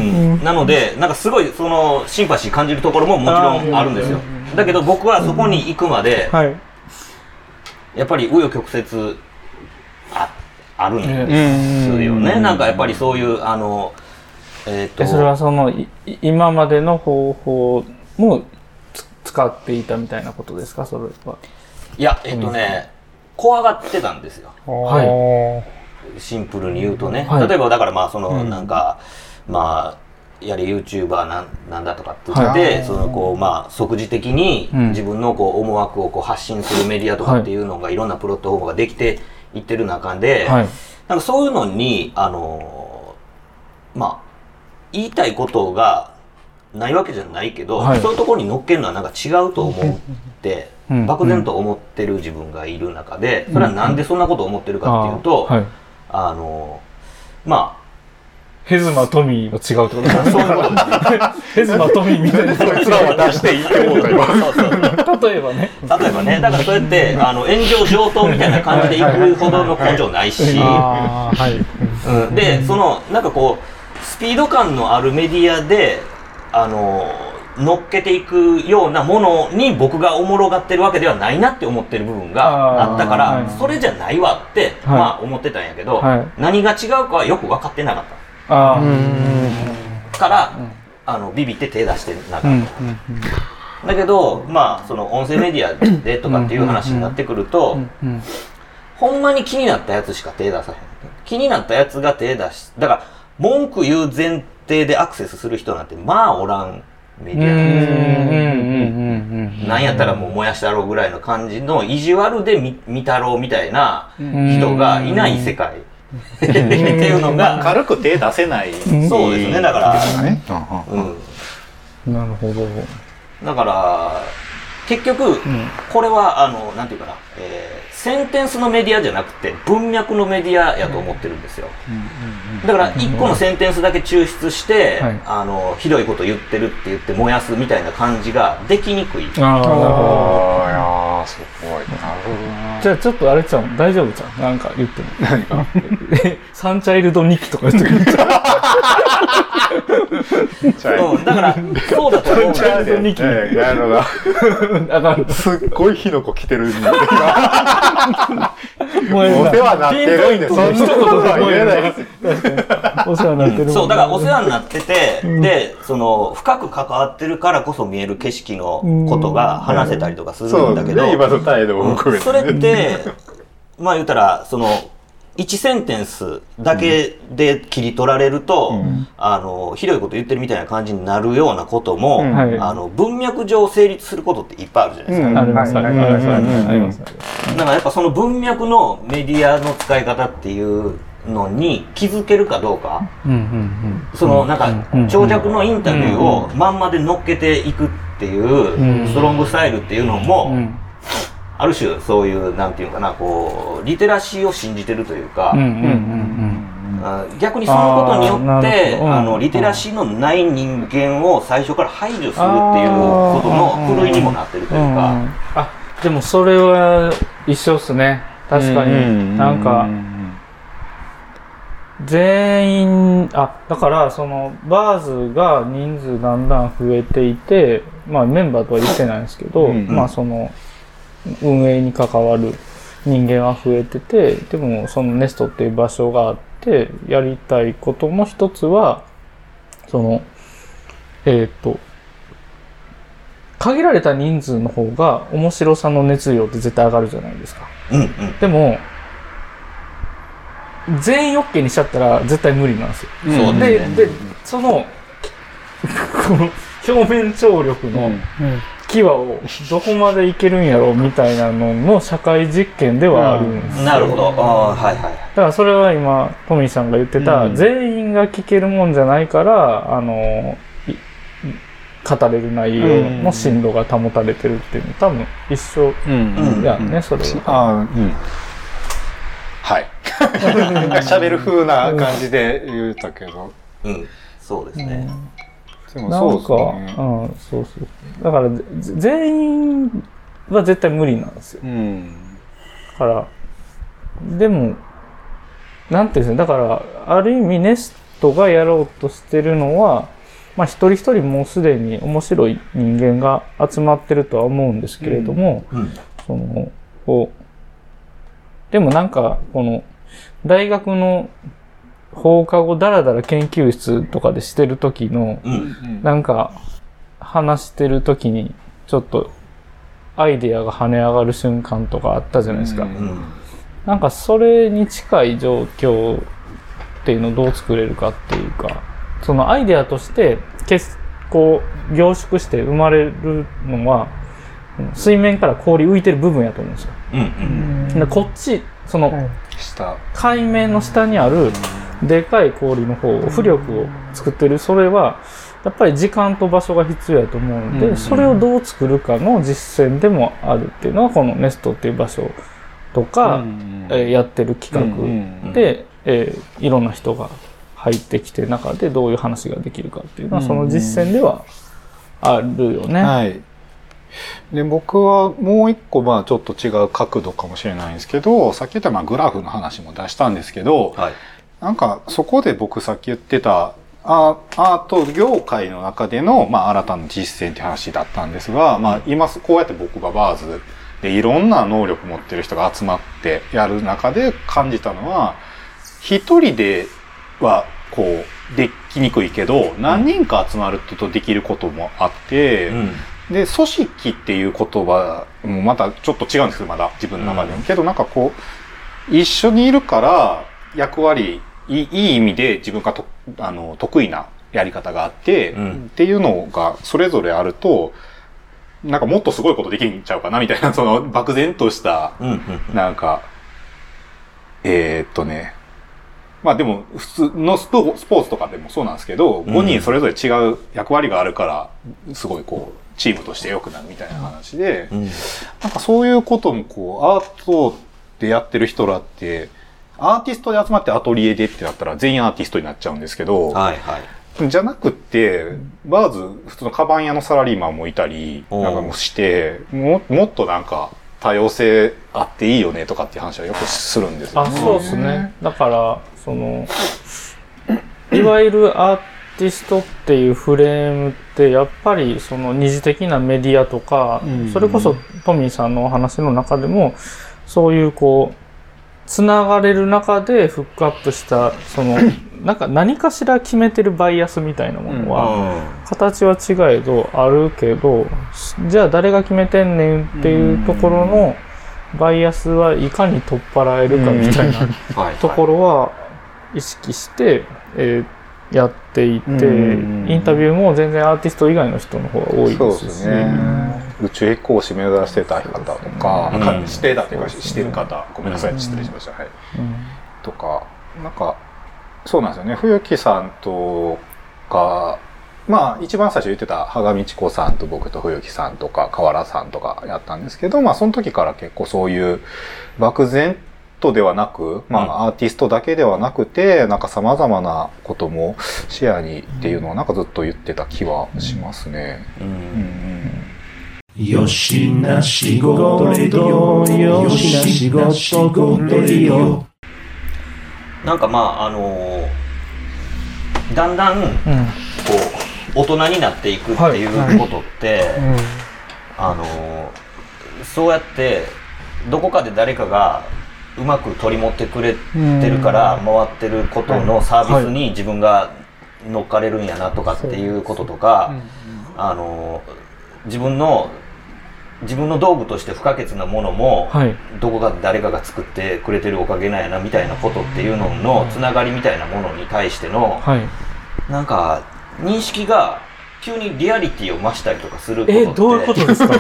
なのでなんかすごいそのシンパシー感じるところももちろんあるんですよ。だけど僕はそこに行くまで、うんはい、やっぱり紆余曲折 あ, あるんですよね。なんかやっぱりそういうあのえっとそれはその今までの方法も使っていたみたいなことですかそれは？ いやえっとね怖がってたんですよ。はい。シンプルに言うとね、はい、例えばだからまあその、うん、なんかまあやれ YouTuber なんなんだとかって言って、はい、そのこうまあ即時的に自分のこう思惑をこう発信するメディアとかっていうのがいろんなプラットフォームができていってる中で、はい、なんかそういうのにあのまあ言いたいことがないわけじゃないけど、はい、そういうところに乗っけるのはなんか違うと思って漠然と思ってる自分がいる中でそれはなんでそんなことを思ってるかっていうと、はいあのまあヘズマトミーの違うってことですね。そういうことです。ヘズマトミーみたいなそいつらは出していいってことだ例えばね。 例えばね、だからそうやってあの炎上上等みたいな感じでいくほどの根性ないし、うん、でそのなんかこうスピード感のあるメディアであの乗っけていくようなものに僕がおもろがってるわけではないなって思ってる部分があったから、はい、それじゃないわって、はい、まあ思ってたんやけど、はい、何が違うかはよく分かってなかった。あーから、うん、あのビビって手出してなかった。うんうんうん、だけどまあその音声メディアでとかっていう話になってくると、うんうんうん、ほんまに気になったやつしか手出さへん。気になったやつが手出し、だから文句言う前提でアクセスする人なんてまあおらん。メディアなんですよ。なんやったらもう燃やしたろうぐらいの感じの意地悪で 見, 見たろうみたいな人がいない世界っていうのが軽く手出せない。 そうですねだから、 うん、なるほど。 だから結局、うん、これはあのなんていうかな、えー、センテンスのメディアじゃなくて文脈のメディアやと思ってるんですよ。だから一個のセンテンスだけ抽出して、うん、あのひどいこと言ってるって言って燃やすみたいな感じができにくい。 ああ、なるほど。いやすごい。なるほどな。 じゃあちょっとあれちゃん大丈夫ちゃんなんか言っても。何かサンチャイルド日記とか言ってくる。 うん、だからそうだと思うんだよね。 なるほど。すっごい火の粉来てるんだよ。お世話になってるんで、そんなことは言えないです。 お世話になってる。 そう、だからお世話になってて、うん、で、その深く関わってるからこそ見える景色のことが話せたりとかするんだけど、 うん、今の態度も含めて、 それって、まあ言ったらそのいちセンテンスだけで切り取られると、うん、あのひどいこと言ってるみたいな感じになるようなことも、うん、あの文脈上成立することっていっぱいあるじゃないですか。うん、ありますありますあります。だからやっぱその文脈のメディアの使い方っていうのに気づけるかどうか、うんうんうん、そのなんか長尺のインタビューをまんまで乗っけていくっていうストロングスタイルっていうのも、うんうん、ある種そういうなんていうかなこうリテラシーを信じてるというか、逆にそのことによってあのリテラシーのない人間を最初から排除するっていうことのふるいにもなってるというか。 あ、でもそれは一緒っすね。確かになんか全員あだからそのバーズが人数だんだん増えていて、まあメンバーとは言ってないんですけど、うんうん、まあその運営に関わる人間は増えてて、でもそのネストっていう場所があってやりたいことの一つはそのえっと限られた人数の方が面白さの熱量って絶対上がるじゃないですか。うんうん、でも全員 OK にしちゃったら絶対無理なんですよ。そうで、でそのこの表面張力の、うんうん際をどこまでいけるんやろうみたいなのの社会実験ではあるんですよ、 うん、なるほど。あ、はいはい。だからそれは今トミーさんが言ってた、うん、全員が聞けるもんじゃないからあの語れる内容の深度が保たれてるっていうの多分一緒やね、うん、それは。あ、うん、 はい。喋る風な感じで言うたけど、 うん、そうですね。 でもそうですね。 なんか、うん、そうそう。だから全員は絶対無理なんですよ。うん、だからでもなんていうんですね。だからある意味ネストがやろうとしてるのは、まあ一人一人もうすでに面白い人間が集まってるとは思うんですけれども、うんうん、そのこうでもなんかこの大学の放課後だらだら研究室とかでしてる時の、うん、なんか話してる時にちょっとアイデアが跳ね上がる瞬間とかあったじゃないですか、うん、なんかそれに近い状況っていうのをどう作れるかっていうか、そのアイデアとして結構凝縮して生まれるのは水面から氷浮いてる部分やと思うんですよ、うんうん、でこっちその海面の下にあるでかい氷の方を浮力を作ってる、それはやっぱり時間と場所が必要やと思うんで、それをどう作るかの実践でもあるっていうのはこのネストっていう場所とか、えー、やってる企画で、えー、いろんな人が入ってきて中でどういう話ができるかっていうのはその実践ではあるよね。 はい。で僕はもう一個まあちょっと違う角度かもしれないんですけど、さっき言ったまあグラフの話も出したんですけど、はい、なんかそこで僕さっき言ってたアート業界の中でのまあ新たな実践って話だったんですが、まあ今こうやって僕がバーズでいろんな能力持ってる人が集まってやる中で感じたのは、一人ではこうできにくいけど何人か集まるとできることもあって、うんで、組織っていう言葉もまたちょっと違うんですけど、まだ自分の中でも。うん、けどなんかこう、一緒にいるから役割、いい、いい意味で自分がとあの得意なやり方があって、うん、っていうのがそれぞれあると、なんかもっとすごいことできんちゃうかなみたいな、その漠然とした、なんか、えー、っとね、まあでも普通のスポーツとかでもそうなんですけど、ごにんそれぞれ違う役割があるから、すごいこう、 チームとして良くなるみたいな話で、うん、なんかそういうこともこうアートでやってる人らってアーティストで集まってアトリエでってなったら全員アーティストになっちゃうんですけど、はいはい、じゃなくってバーズ普通のカバン屋のサラリーマンもいたりなんかもしても、もっとなんか多様性あっていいよねとかっていう話はよくするんですよね。 あ、そうですね。だからそのいわゆるアーティストっていうフレームってやっぱりその二次的なメディアとか、うん、それこそトミーさんのお話の中でもそういうこうつながれる中でフックアップしたそのなんか何かしら決めてるバイアスみたいなものは形は違えどあるけど、じゃあ誰が決めてんねんっていうところのバイアスはいかに取っ払えるかみたいなところは意識して、えー、やっていて、インタビューも全然アーティスト以外の人の方が多いですし、 そうですね。宇宙飛行士目指してた方とか、うん、してたというかしてる方、ごめんなさい、失礼しました。はい。うん、とか、なんか、そうなんですよね。冬木さんとか、まあ一番最初言ってた羽賀道子さんと僕と冬木さんとか河原さんとかやったんですけど、まあその時から結構そういう漠然とではなく、まあアーティストだけではなくて、なんか様々なこともシェアにっていうのをなんかずっと言ってた気はしますね。うんうん、よしな仕事レディオ、よしな仕事レディオ。 なんかまああのー、だんだんこう大人になっていくっていうことって、はいはいうん、あのー、そうやってどこかで誰かがうまく取り持ってくれてるから回ってることのサービスに自分が乗っかれるんやなとかっていうこととか、あのー、自分の自分の道具として不可欠なものも、はい、どこかで誰かが作ってくれてるおかげなんやなみたいなことっていうののつながりみたいなものに対しての、はい、なんか認識が急にリアリティを増したりとかすることって、 え、どういうことですか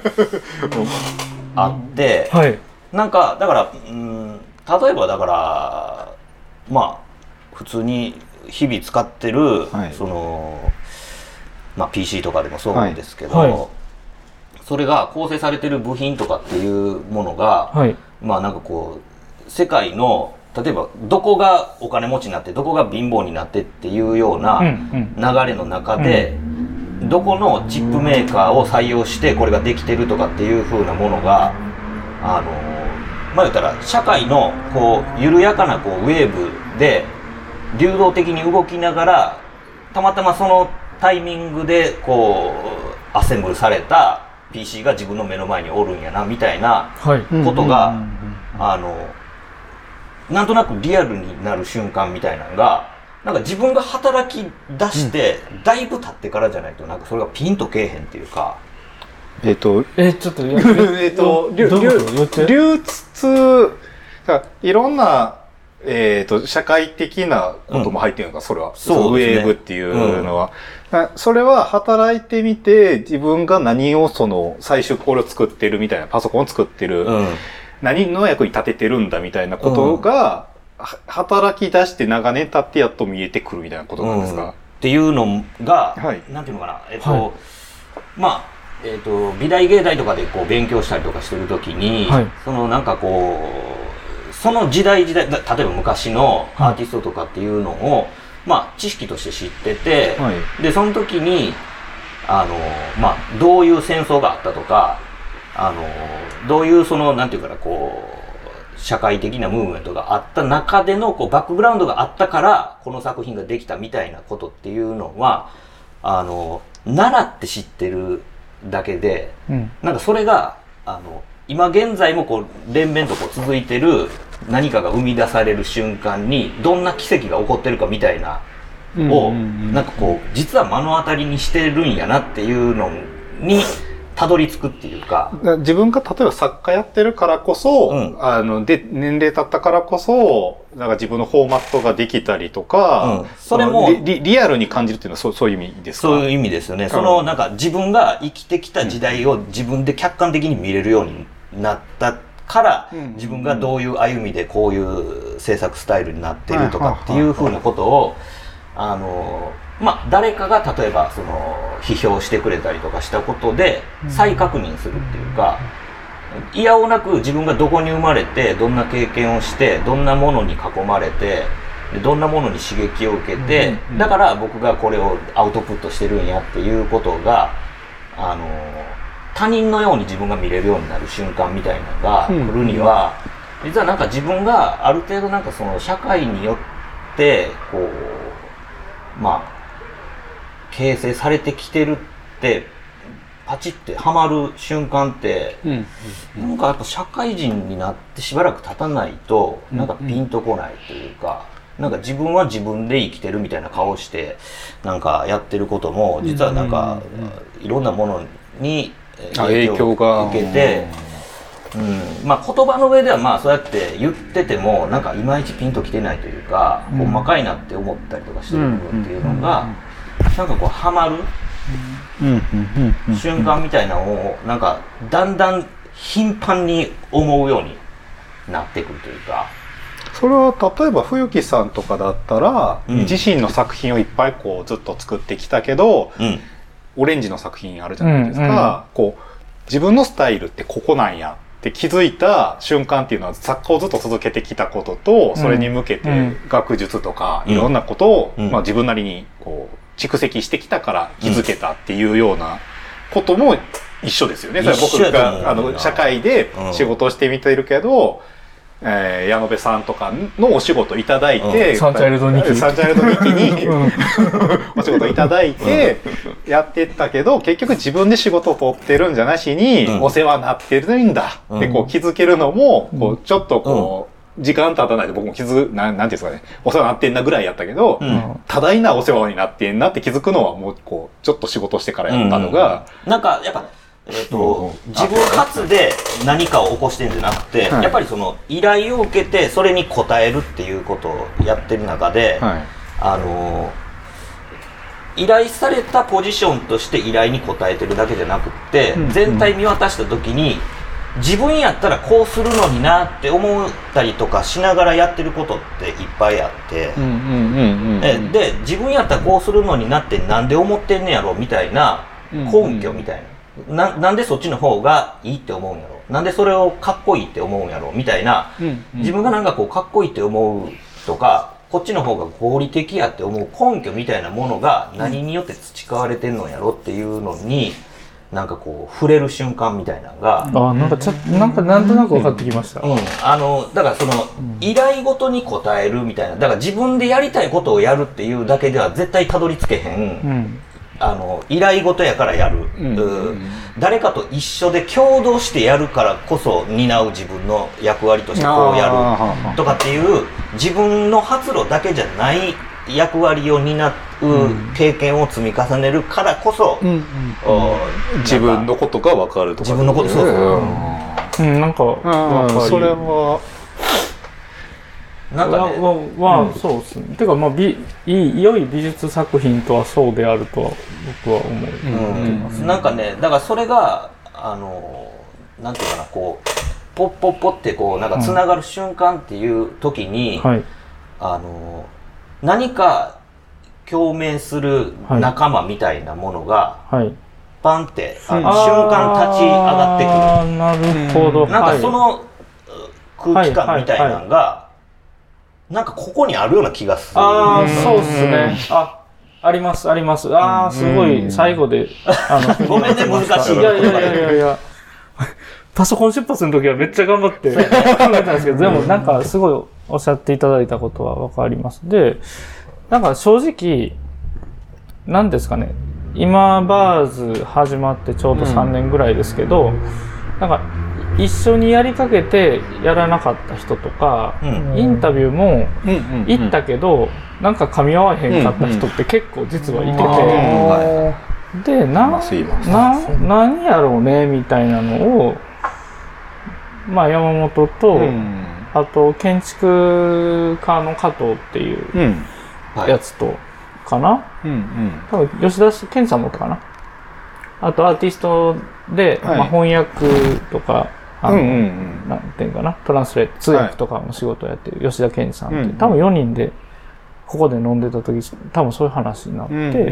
あって、はい、なんかだから、うん、例えばだからまあ普通に日々使ってる、はい、その、まあ、ピーシー とかでもそうですけど、はいはい、それが構成されてる部品とかっていうものが、はい、まあなんかこう世界の例えばどこがお金持ちになってどこが貧乏になってっていうような流れの中で、うんうん、どこのチップメーカーを採用してこれができてるとかっていう風なものがあのまあ言ったら社会のこう緩やかなこうウェーブで流動的に動きながらたまたまそのタイミングでこうアセンブルされたピーシー が自分の目の前におるんやなみたいなことがあのなんとなくリアルになる瞬間みたいなのがなんか自分が働き出してだいぶ経ってからじゃないとなんかそれがピンとけえへんっていうかえっとえちょっとえっと流通いろんなえっと社会的なことも入ってるのか、うん、それはそう、ね、ウェーブっていうのは、うん、それは働いてみて自分が何をその最終これを作ってるみたいなパソコンを作ってる、うん、何の役に立ててるんだみたいなことが、うん、働き出して長年経ってやっと見えてくるみたいなことなんですか、うん、 っていうのが、はい、なんていうのかなえっと、はい、まあえっと美大芸大とかでこう勉強したりとかしてるときに、はい、そのなんかこうその時代時代例えば昔のアーティストとかっていうのを、はい、まあ知識として知ってて、はい、でその時にあのまあどういう戦争があったとかあのどういうそのなんていうかなこう社会的なムーブメントがあった中でのこうバックグラウンドがあったからこの作品ができたみたいなことっていうのはあの習って知ってるだけで、うん、なんかそれがあの今現在もこう連綿とこう続いてる何かが生み出される瞬間にどんな奇跡が起こってるかみたいなをなんかこう実は目の当たりにしてるんやなっていうのにたどり着くっていうか自分が例えば作家やってるからこそ、うん、あので年齢経ったからこそなんか自分のフォーマットができたりとか、うん、それも リ, リアルに感じるっていうのはそう、そういう意味ですか？ そういう意味ですよね。そのなんか自分が生きてきた時代を自分で客観的に見れるようになったから、うん、自分がどういう歩みでこういう制作スタイルになってるとかっていうふうなことをあのまあ誰かが例えばその批評してくれたりとかしたことで再確認するっていうか、いやおなく自分がどこに生まれてどんな経験をしてどんなものに囲まれてでどんなものに刺激を受けて、だから僕がこれをアウトプットしてるんやっていうことがあの他人のように自分が見れるようになる瞬間みたいなのが来るには、実はなんか自分がある程度なんかその社会によってこうまあ形成されてきてるってパチってはまる瞬間って、うんうん、なんかやっぱ社会人になってしばらく経たないとなんかピンとこないというか、うんうん、なんか自分は自分で生きてるみたいな顔してなんかやってることも実はなんかいろんなものに影響を受けて、うん、まあ言葉の上ではまあそうやって言っててもなんかいまいちピンときてないというか、うん、ほんまかいなって思ったりとかしてる部分っていうのがなんかこうハマる瞬間みたいなのをなんかだんだん頻繁に思うようになってくるというか。 それは例えば冬木さんとかだったら、うん、自身の作品をいっぱいこうずっと作ってきたけど、うん、オレンジの作品あるじゃないですか、うんうん、こう自分のスタイルってここなんやって気づいた瞬間っていうのは作家をずっと続けてきたことと、それに向けて学術とかいろんなことを、うんまあ、自分なりにこう蓄積してきたから気づけたっていうようなことも一緒ですよね。それは僕があの社会で仕事をしてみているけど、うんえー、矢野部さんとかのお仕事いただいて、 うん、サンチャイルドにきサンチャイルドにきに、うん、お仕事いただいてやってったけど、結局自分で仕事を取ってるんじゃなしに、うん、お世話になってるんだってこう気づけるのも、こうちょっとこう、時間経たないで僕も気づ、なん、なんていうんですかね、お世話になってんなぐらいやったけど、うん、多大なお世話になってんなって気づくのはもう、こう、ちょっと仕事してからやったのが、 うん、なんか、やっぱ、えっと、自分発で何かを起こしてるんじゃなくて、はい、やっぱりその、依頼を受けて、それに応えるっていうことをやってる中で、はい、あの、依頼されたポジションとして依頼に応えてるだけじゃなくって、うん、全体見渡した時に、自分やったらこうするのになって思ったりとかしながらやってることっていっぱいあって、で自分やったらこうするのになってなんで思ってんねやろみたいな根拠みたいな、な, なんでそっちの方がいいって思うんやろ、なんでそれをかっこいいって思うんやろみたいな、自分がなんかこうかっこいいって思うとかこっちの方が合理的やって思う根拠みたいなものが何によって培われてんのやろっていうのになんかこう触れる瞬間みたいなのが、 あなんかちょなんかなんとなく分かってきました。 うん、あのだからその、うん、依頼ごとに応えるみたいな、だから自分でやりたいことをやるっていうだけでは絶対たどり着けへん。うん、あの依頼ごとやからやる、うんうん、誰かと一緒で共同してやるからこそ担う自分の役割としてこうやるとかっていう自分の発露だけじゃない役割を担う経験を積み重ねるからこそ、うんうんうん、自分のことが分かるとか、 自分のことそうそう、 うん、なんか分かる。 それはなんかね、 は、うん、そうですね。てかまあ美いい良い美術作品とはそうであるとは僕は思う、 うんうん、なんかね、だからそれがあのなんていうかな、こうポッポッポってこうなんかつながる瞬間っていう時に、うんはい、あの何か共鳴する仲間みたいなものが、はい、パンって、あの瞬間立ち上がってくる。 あなるほど。 なんかその空気感みたいなのが、はいはいはい、なんかここにあるような気がする。 ああ、そうですね。あ、ありますあります。ああ、すごい最後で、 あのごめんね難しい。 いやいやいやいやいや。パソコン出発の時はめっちゃ頑張って考えたんですけど、でもなんかすごいおっしゃっていただいたことはわかります。で、なんか正直、なんですかね、今バーズ始まってちょうどさんねんぐらいですけど、うん、なんか一緒にやりかけてやらなかった人とか、うん、インタビューも行ったけど、うんうんうん、なんか噛み合わへんかった人って結構実はいてて、うんうん、で、な、な、何やろうねみたいなのを、まあ山本と、うん、あと建築家の加藤っていうやつとかな、うんうん、多分吉田健さんもとかな、あとアーティストで、はい、まあ、翻訳とかあの、うんうんうん、なんていうかな、トランスレート通訳とかの仕事をやってる吉田健さんって、うんうん、多分よにんでここで飲んでた時多分そういう話になって、うんうんうんうん、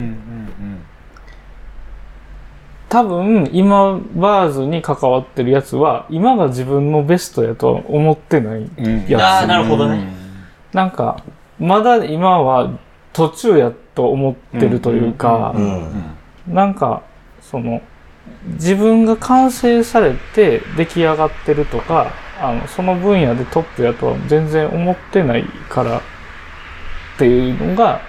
多分今バーズに関わってるやつは今が自分のベストやとは思ってないやつ、うん、 ああなるほどね。 なんかまだ今は途中やと思ってるというか、うんうんうん、なんかその自分が完成されて出来上がってるとか、あのその分野でトップやとは全然思ってないからっていうのが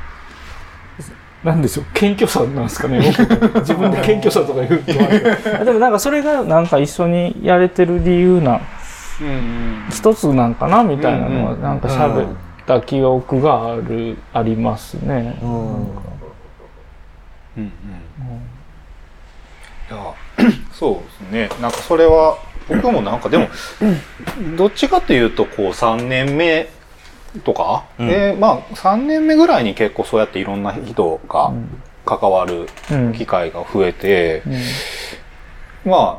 なんでしょう、謙虚さなんですかね。自分で謙虚さとか言うとでもなんかそれがなんか一緒にやれてる理由な一つなんかなみたいなのはなんか喋った記憶があるありますね。うんうんうんうん、いやそうですね。なんかそれは僕もなんかでもどっちかというとこうさんねんめとか、うん、でまあさんねんめぐらいに結構そうやっていろんな人が関わる機会が増えて、うんうん、まあ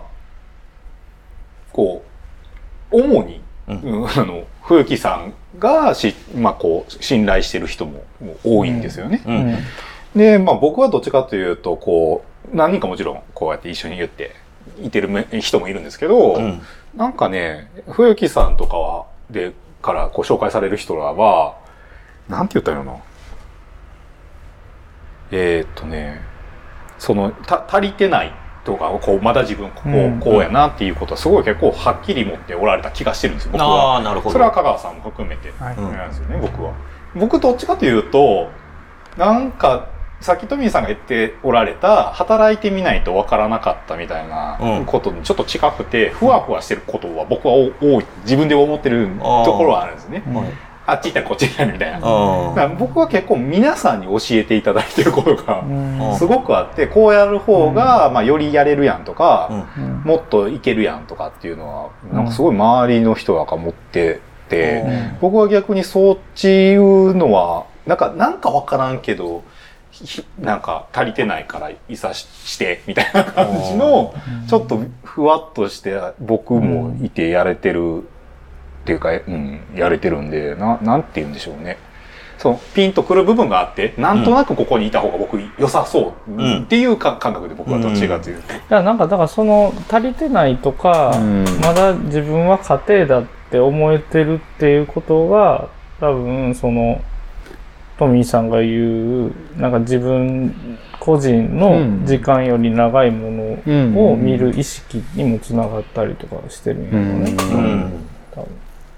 こう主に、うん、あの冬木さんがし、まあ、こう信頼してる人も多いんですよね。うんうん、で、まあ、僕はどっちかというとこう何人かもちろんこうやって一緒に言っていてる人もいるんですけど、うん、なんかね冬木さんとかはでからこう紹介される人らはなんて言ったらいいのなえー、っとねそのた足りてないとかこうまだ自分こう、うん、こうやなっていうことはすごい結構はっきり持っておられた気がしてるんですよ僕は。 あ、なるほど。 それは香川さんも含めてなんですよね、はい、僕は。僕どっちかというとなんかさっきトミーさんが言っておられた働いてみないとわからなかったみたいなことにちょっと近くて、うん、ふわふわしてることは僕は多い自分で思ってるところはあるんですね。あっち行ったらこっち行ったみたいな。だから僕は結構皆さんに教えていただいてることがすごくあって、こうやる方がまあよりやれるやんとか、もっといけるやんとかっていうのはなんかすごい周りの人が持ってて、僕は逆にそっちいうのはなんかなんかわからんけどなんか足りてないからいさしてみたいな感じのちょっとふわっとして僕もいてやれてるっていうか、うん、やれてるんでな、なんて言うんでしょうね。そうピンとくる部分があってなんとなくここにいた方が僕良さそうっていうか、うん、感覚で僕はどっちかというと、うん、 だからなんかだからその足りてないとか、うん、まだ自分は家庭だって思えてるっていうことが多分そのトミーさんが言うなんか自分個人の時間より長いものを見る意識にもつながったりとかしてるんだろうね、うんうん、多分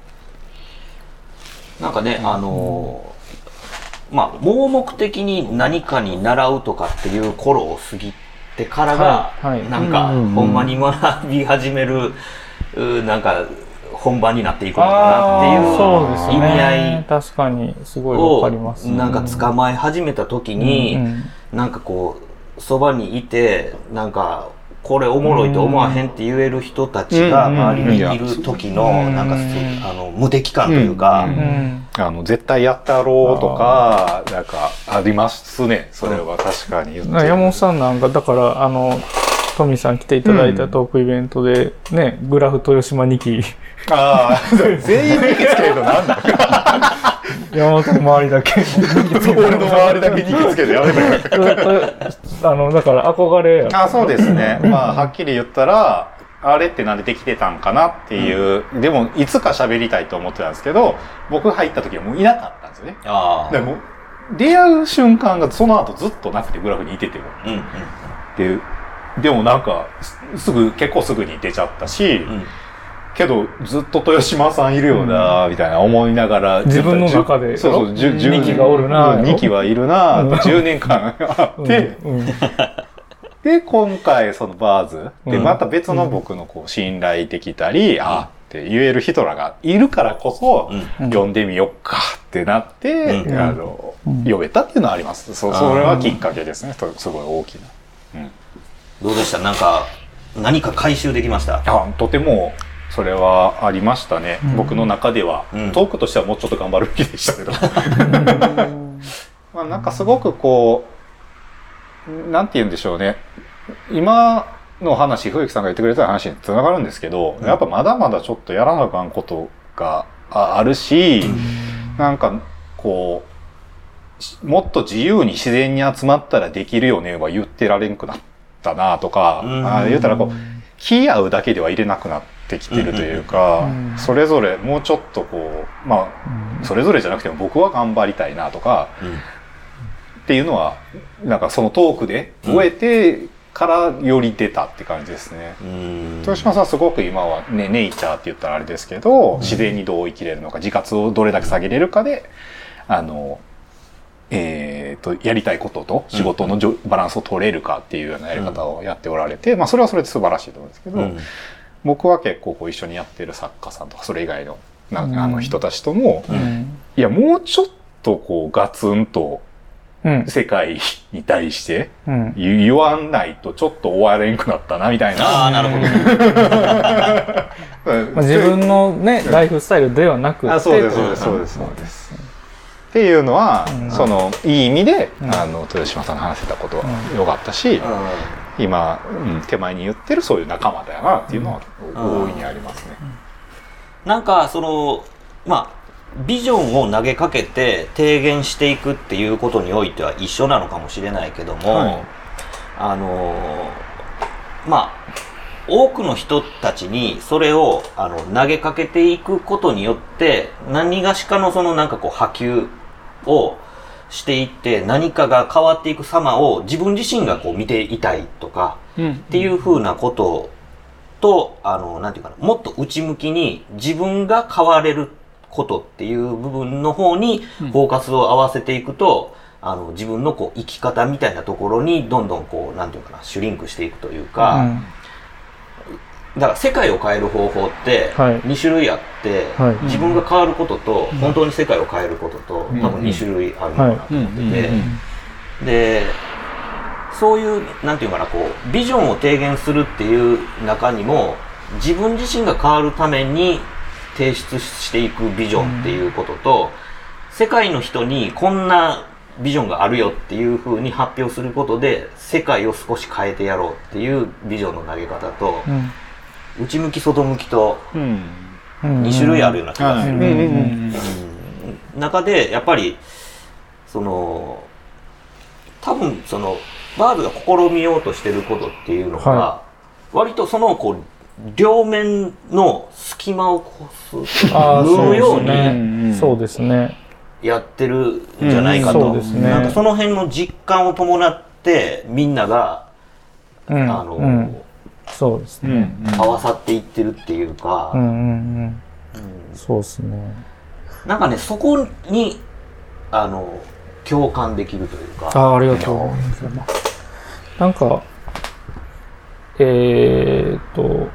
なんかね、あのー、まあ盲目的に何かに習うとかっていう頃を過ぎてからが、はいはい、なんか、うんうん、ほんまに学び始めるなんか本番になっていくのかなっていう意味合い確かにすごいわかります、 ね、なんか捕まえ始めた時に、うんうん、なんかこうそばにいてなんかこれおもろいと思わへんって言える人たちが周りにいる時のなんかあの無敵感というか、うんうん、 あの絶対やったろうとかなんかありますね。それは確かに言ってる。 山本さんなんかだからあのトミーさん来ていただいたトークイベントでね、うん、グラフ豊島にきああ全員にきつけるとなんだ山本の周りだけ俺の周りだけにきつけてやめたあのだから憧れやあそうですねまあはっきり言ったらあれってなんでできてたんかなっていう、うん、でもいつか喋りたいと思ってたんですけど僕入った時はもういなかったんですよね。あでも出会う瞬間がその後ずっとなくてグラフにいてても、うんうん、ででもなんかすぐ結構すぐに出ちゃったし、うん、けどずっと豊島さんいるよなみたいな思いながら、 うん、自分の中でそうそうじゅにきがおるなにきはいるな、うん、じゅうねんかんあって、うんうん、で今回そのバーズでまた別の僕のこう信頼できたり、うん、あって言える人らがいるからこそ、うん、呼んでみよっかってなって、うん、あのうん、呼べたっていうのはあります。 そ, それはきっかけですね。すごい大きな、うんどうでした？なんか何か回収できました？ あとてもそれはありましたね、うん、僕の中では、うん、トークとしてはもうちょっと頑張るべきでしたけどまあなんかすごくこうなんて言うんでしょうね、今の話冬木さんが言ってくれた話につながるんですけど、うん、やっぱまだまだちょっとやらなあかんことがあるし、うん、なんかこうもっと自由に自然に集まったらできるよねは言ってられんくなったなとか、あ言ったらこう気合うだけでは入れなくなってきてるというか、それぞれもうちょっとこうまあそれぞれじゃなくても僕は頑張りたいなとか、っていうのはなんかそのトークで終えてからより出たって感じですね。豊島さんすごく今はねネイチャーって言ったらあれですけど、自然にどう生きれるのか、自活をどれだけ下げれるかであの。えー、とやりたいことと仕事のバランスを取れるかっていうようなやり方をやっておられて、うん、まあそれはそれで素晴らしいと思うんですけど、うん、僕は結構こう一緒にやってる作家さんとかそれ以外のなんかあの人たちとも、うん、いやもうちょっとこうガツンと世界に対して言わないとちょっと終われんくなったなみたいな。 ああなるほど。まあ自分のねライフスタイルではなくて、 あそうですそうですそうですそうです。っていうのは、うん、そのいい意味で、うん、あの豊島さんの話せたことは良かったし、うん、今、うん、手前に言ってるそういう仲間だよなっていうのは大いにありますね。 うん、なんかそのまあビジョンを投げかけて提言していくっていうことにおいては一緒なのかもしれないけども、はい、あのまあ多くの人たちにそれをあの投げかけていくことによって何がしかのそのなんかこう波及をしていって何かが変わっていく様を自分自身がこう見ていたいとかっていうふうなことと、あのなんていうかな、もっと内向きに自分が変われることっていう部分の方にフォーカスを合わせていくと、あの自分のこう生き方みたいなところにどんどんこうなんていうかなシュリンクしていくというか、うんだから世界を変える方法ってに種類あって、はい、自分が変わることと、うん、本当に世界を変えることと、うん、多分に種類あるのかなと思ってて、でそういうなんていうかなこうビジョンを提言するっていう中にも自分自身が変わるために提出していくビジョンっていうことと、うん、世界の人にこんなビジョンがあるよっていう風に発表することで世界を少し変えてやろうっていうビジョンの投げ方と、うん内向き外向きとに種類あるような気がする。中でやっぱりその多分そのバーズが試みようとしてることっていうのが、はい、割とそのこう両面の隙間をこす縫うようにそうですねやってるんじゃないかと、なんかその辺の実感を伴ってみんなが、うん、あの、うんそうですね、 うんうん、合わさっていってるっていうか、うんうんうんうん、そうですねなんかねそこにあの共感できるというかあありがとうございますなんかえー、っと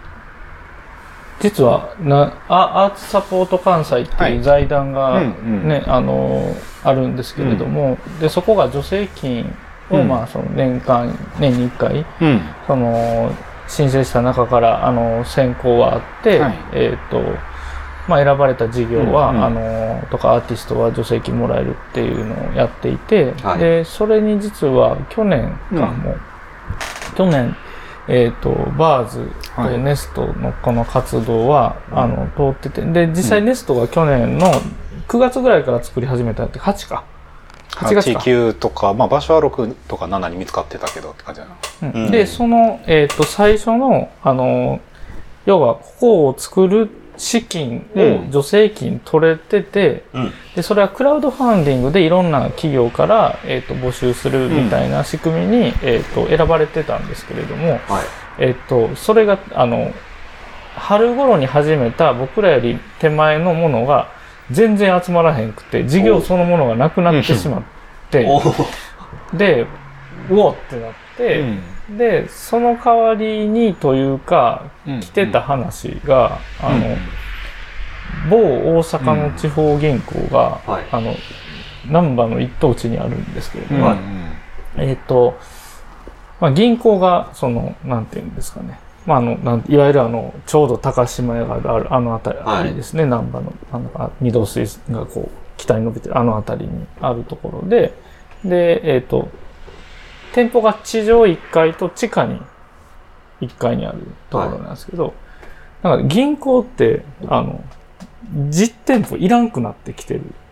実はなアーツサポート関西っていう財団がね、はいうんうん、あのあるんですけれども、うん、でそこが助成金を、うん、まあその年間年にいっかい、うん、その申請した中からあの選考はあって、はい、えっとまあ選ばれた事業は、うんうん、あのとかアーティストは助成金もらえるっていうのをやっていて、はい、でそれに実は去年かも、うん、去年えっとバーズとネストのこの活動は、はい、あの通っててで実際ネストが去年のくがつぐらいから作り始めたってはちか。 はち、きゅうとか、まあ場所はろくとかななに見つかってたけどって感じだな。 うん、で、その、えっと、最初の、あの、要は、ここを作る資金を助成金取れてて、うん、で、それはクラウドファンディングでいろんな企業から、えっと、募集するみたいな仕組みに、うん、えっと、選ばれてたんですけれども、はい、えっと、それが、あの、春頃に始めた僕らより手前のものが、全然集まらへんくて事業そのものがなくなってしまってでうおってなって、うん、でその代わりにというか、うん、来てた話が、うん、あの、うん、某大阪の地方銀行が、うん、あの難波の一等地にあるんですけれども、うん、えっと、まあ、銀行がそのなんていうんですかねまあ、あのなんいわゆるあのちょうど高島屋があるあの辺りですね、難波のあの御堂筋がこう北に伸びてるあの辺りにあるところででえっと店舗が地上いっかいと地下にいっかいにあるところなんですけど、はい、なんか銀行ってあの実店舗いらんくなってきてる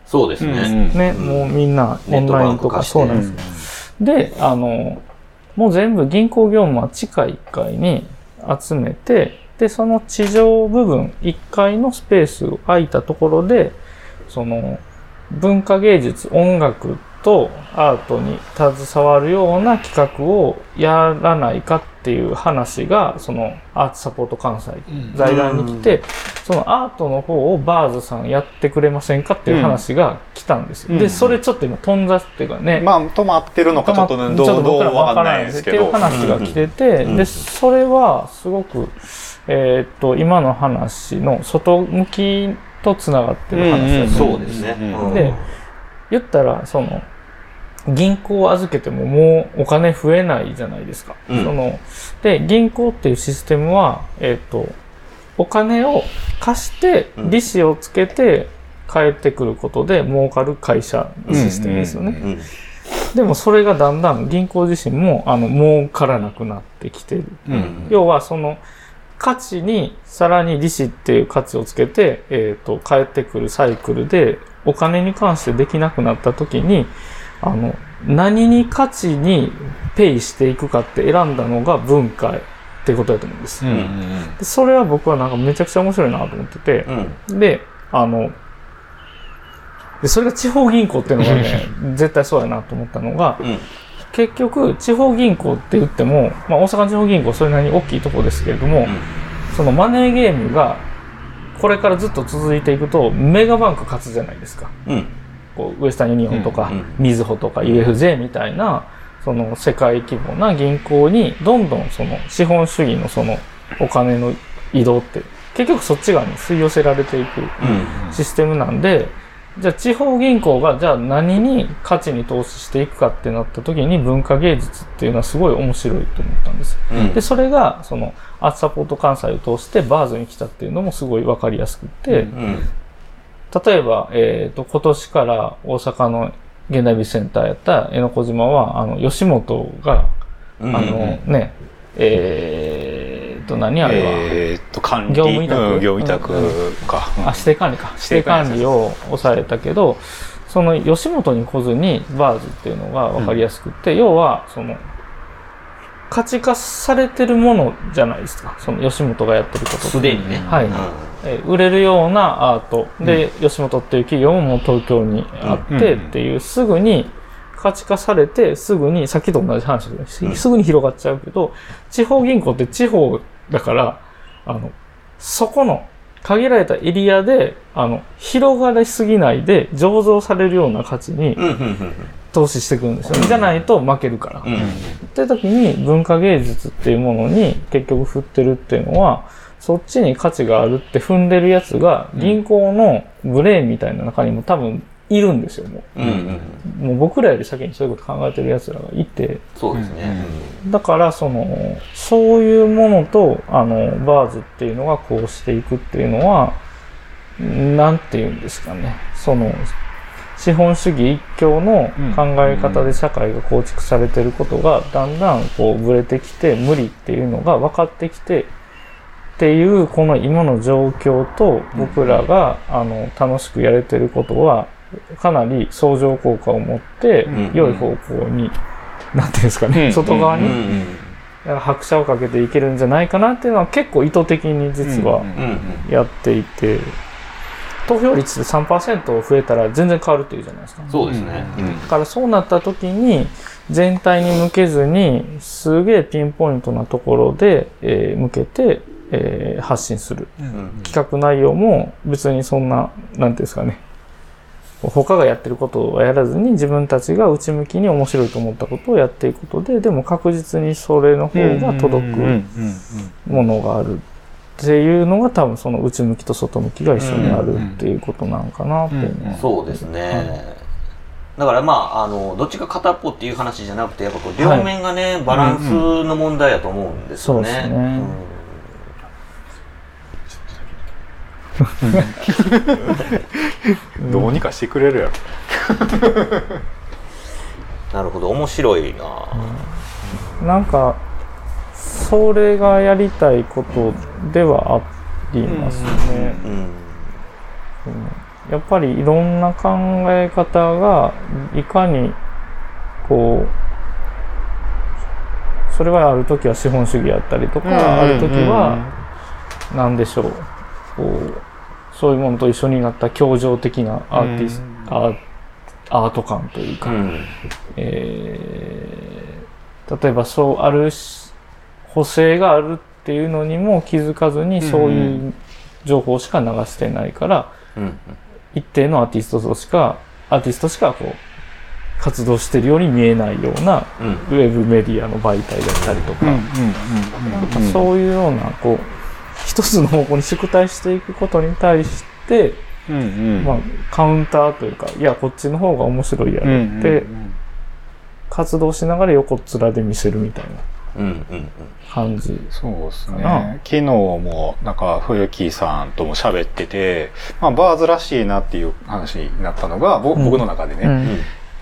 そうですね。 ね、うん、もうみんなオンラインとかそうなんです、うん、で、あの、もう全部銀行業務は地下いっかいに集めて、で、その地上部分いっかいのスペースを空いたところで、その文化芸術、音楽とアートに携わるような企画をやらないかっていう話が、そのアーツサポート関西財団に来て、そのアートの方をバーズさんやってくれませんかっていう話が来たんですよ。で、それちょっと今頓挫っていうかね。 まあ、止まってるのかちょっとね、どう、どうわかんないですけど。 っていう話が来てて、で、それはすごく、えっと、今の話の外向きとつながってる話だと思うんです。 そうですね。 で、言ったら、その、銀行を預けてももうお金増えないじゃないですか。うん、そので、銀行っていうシステムは、えっと、お金を貸して利子をつけて返ってくることで儲かる会社のシステムですよね。でもそれがだんだん銀行自身もあの儲からなくなってきてる。うん、要はその価値にさらに利子っていう価値をつけて、えっと、返ってくるサイクルでお金に関してできなくなった時に、あの、何に価値にペイしていくかって選んだのが文化っていうことだと思うんです。うんうんうん、でそれは僕はなんかめちゃくちゃ面白いなと思ってて、うん、で、あの、でそれが地方銀行っていうのがね、絶対そうやなと思ったのが、うん、結局地方銀行って言っても、まあ大阪地方銀行それなりに大きいところですけれども、うん、そのマネーゲームがこれからずっと続いていくとメガバンク勝つじゃないですか。うんこうウエスタンユニオンとか、うんうん、みずほとか ユーエフジェー みたいな、その世界規模な銀行にどんどんその資本主義のそのお金の移動って結局そっち側に吸い寄せられていくシステムなんで、じゃあ地方銀行がじゃあ何に価値に投資していくかってなった時に文化芸術っていうのはすごい面白いと思ったんです。うん、で、それがそのアーツサポート関西を通してバーズに来たっていうのもすごいわかりやすくて、うんうん例えば、えっと、今年から大阪の現代美術センターやった江ノ小島は、あの、吉本が、うんうん、あのね、えー、っと、何あれは、 えー、っと、管理。 業務委託。 うん、業務委託か、 うん。あ、指定管理か。指定管理を抑えたけど、その吉本に来ずにバーズっていうのが分かりやすくて、うん、要は、その、価値化されてるものじゃないですか。その吉本がやってることすでにね。 はい。うんえ売れるようなアートで、うん、吉本っていう企業ももう東京にあってっていう、すぐに価値化されて、すぐに、さっきと同じ話ですけど、すぐに広がっちゃうけど、地方銀行って地方だから、あの、そこの限られたエリアで、あの、広がりすぎないで、醸造されるような価値に投資してくるんですよね。じゃないと負けるから。うん、っていう時に文化芸術っていうものに結局振ってるっていうのは、そっちに価値があるって踏んでるやつが銀行のブレーンみたいな中にも多分いるんですよ、もう。うんうん、もう僕らより先にそういうこと考えてるやつらがいて。 そうですね。 だからその、そういうものと、あの、バーズっていうのがこうしていくっていうのは、なんて言うんですかね。その、資本主義一強の考え方で社会が構築されてることがだんだんこうブレてきて無理っていうのが分かってきて、っていうこの今の状況と僕らがあの楽しくやれてることはかなり相乗効果を持って良い方向になんていうんですかね外側に拍車をかけていけるんじゃないかなっていうのは結構意図的に実はやっていて投票率で さんパーセント 増えたら全然変わるっていうじゃないですか。 そうですね。 だからそうなった時に全体に向けずにすげえピンポイントなところで、えー、向けてえー、発信する、うんうん、企画内容も別にそんななんていうんですかね他がやってることをやらずに自分たちが内向きに面白いと思ったことをやっていくことででも確実にそれの方が届くものがあるっていうのが多分その内向きと外向きが一緒にあるっていうことなのかなっていうのは、 そうですね、はいだからまあ、あの、どっちか片っぽっていう話じゃなくて、やっぱこう両面がね、はい、バランスの問題だと思うんですよね。そうですね。 うんどうにかしてくれるやろなるほど面白いな、 うん、なんかそれがやりたいことではありますね、うんうんうん、 やっぱりいろんな考え方がいかにこうそれはある時は資本主義やったりとか、うんうんうん、ある時は何でしょう、こうそういうものと一緒になった協情的なアーティスト、うん、アー、アート感というか、うん、えー、例えばそうある補正があるっていうのにも気づかずにそういう情報しか流してないから、うんうん、一定のアーティストとしかアーティストしかこう活動してるように見えないような、うん、ウェブメディアの媒体だったりとか、なんかそういうようなこう一つの方向に縮体していくことに対して、うんうん、まあ、カウンターというか、いやこっちの方が面白いやろって、うんうんうん、活動しながら横っ面で見せるみたいな感じ、うんうんうん、 そうですね。昨日もなんか冬木さんとも喋ってて、まあ、バーズらしいなっていう話になったのが、僕の中でね、うんうん、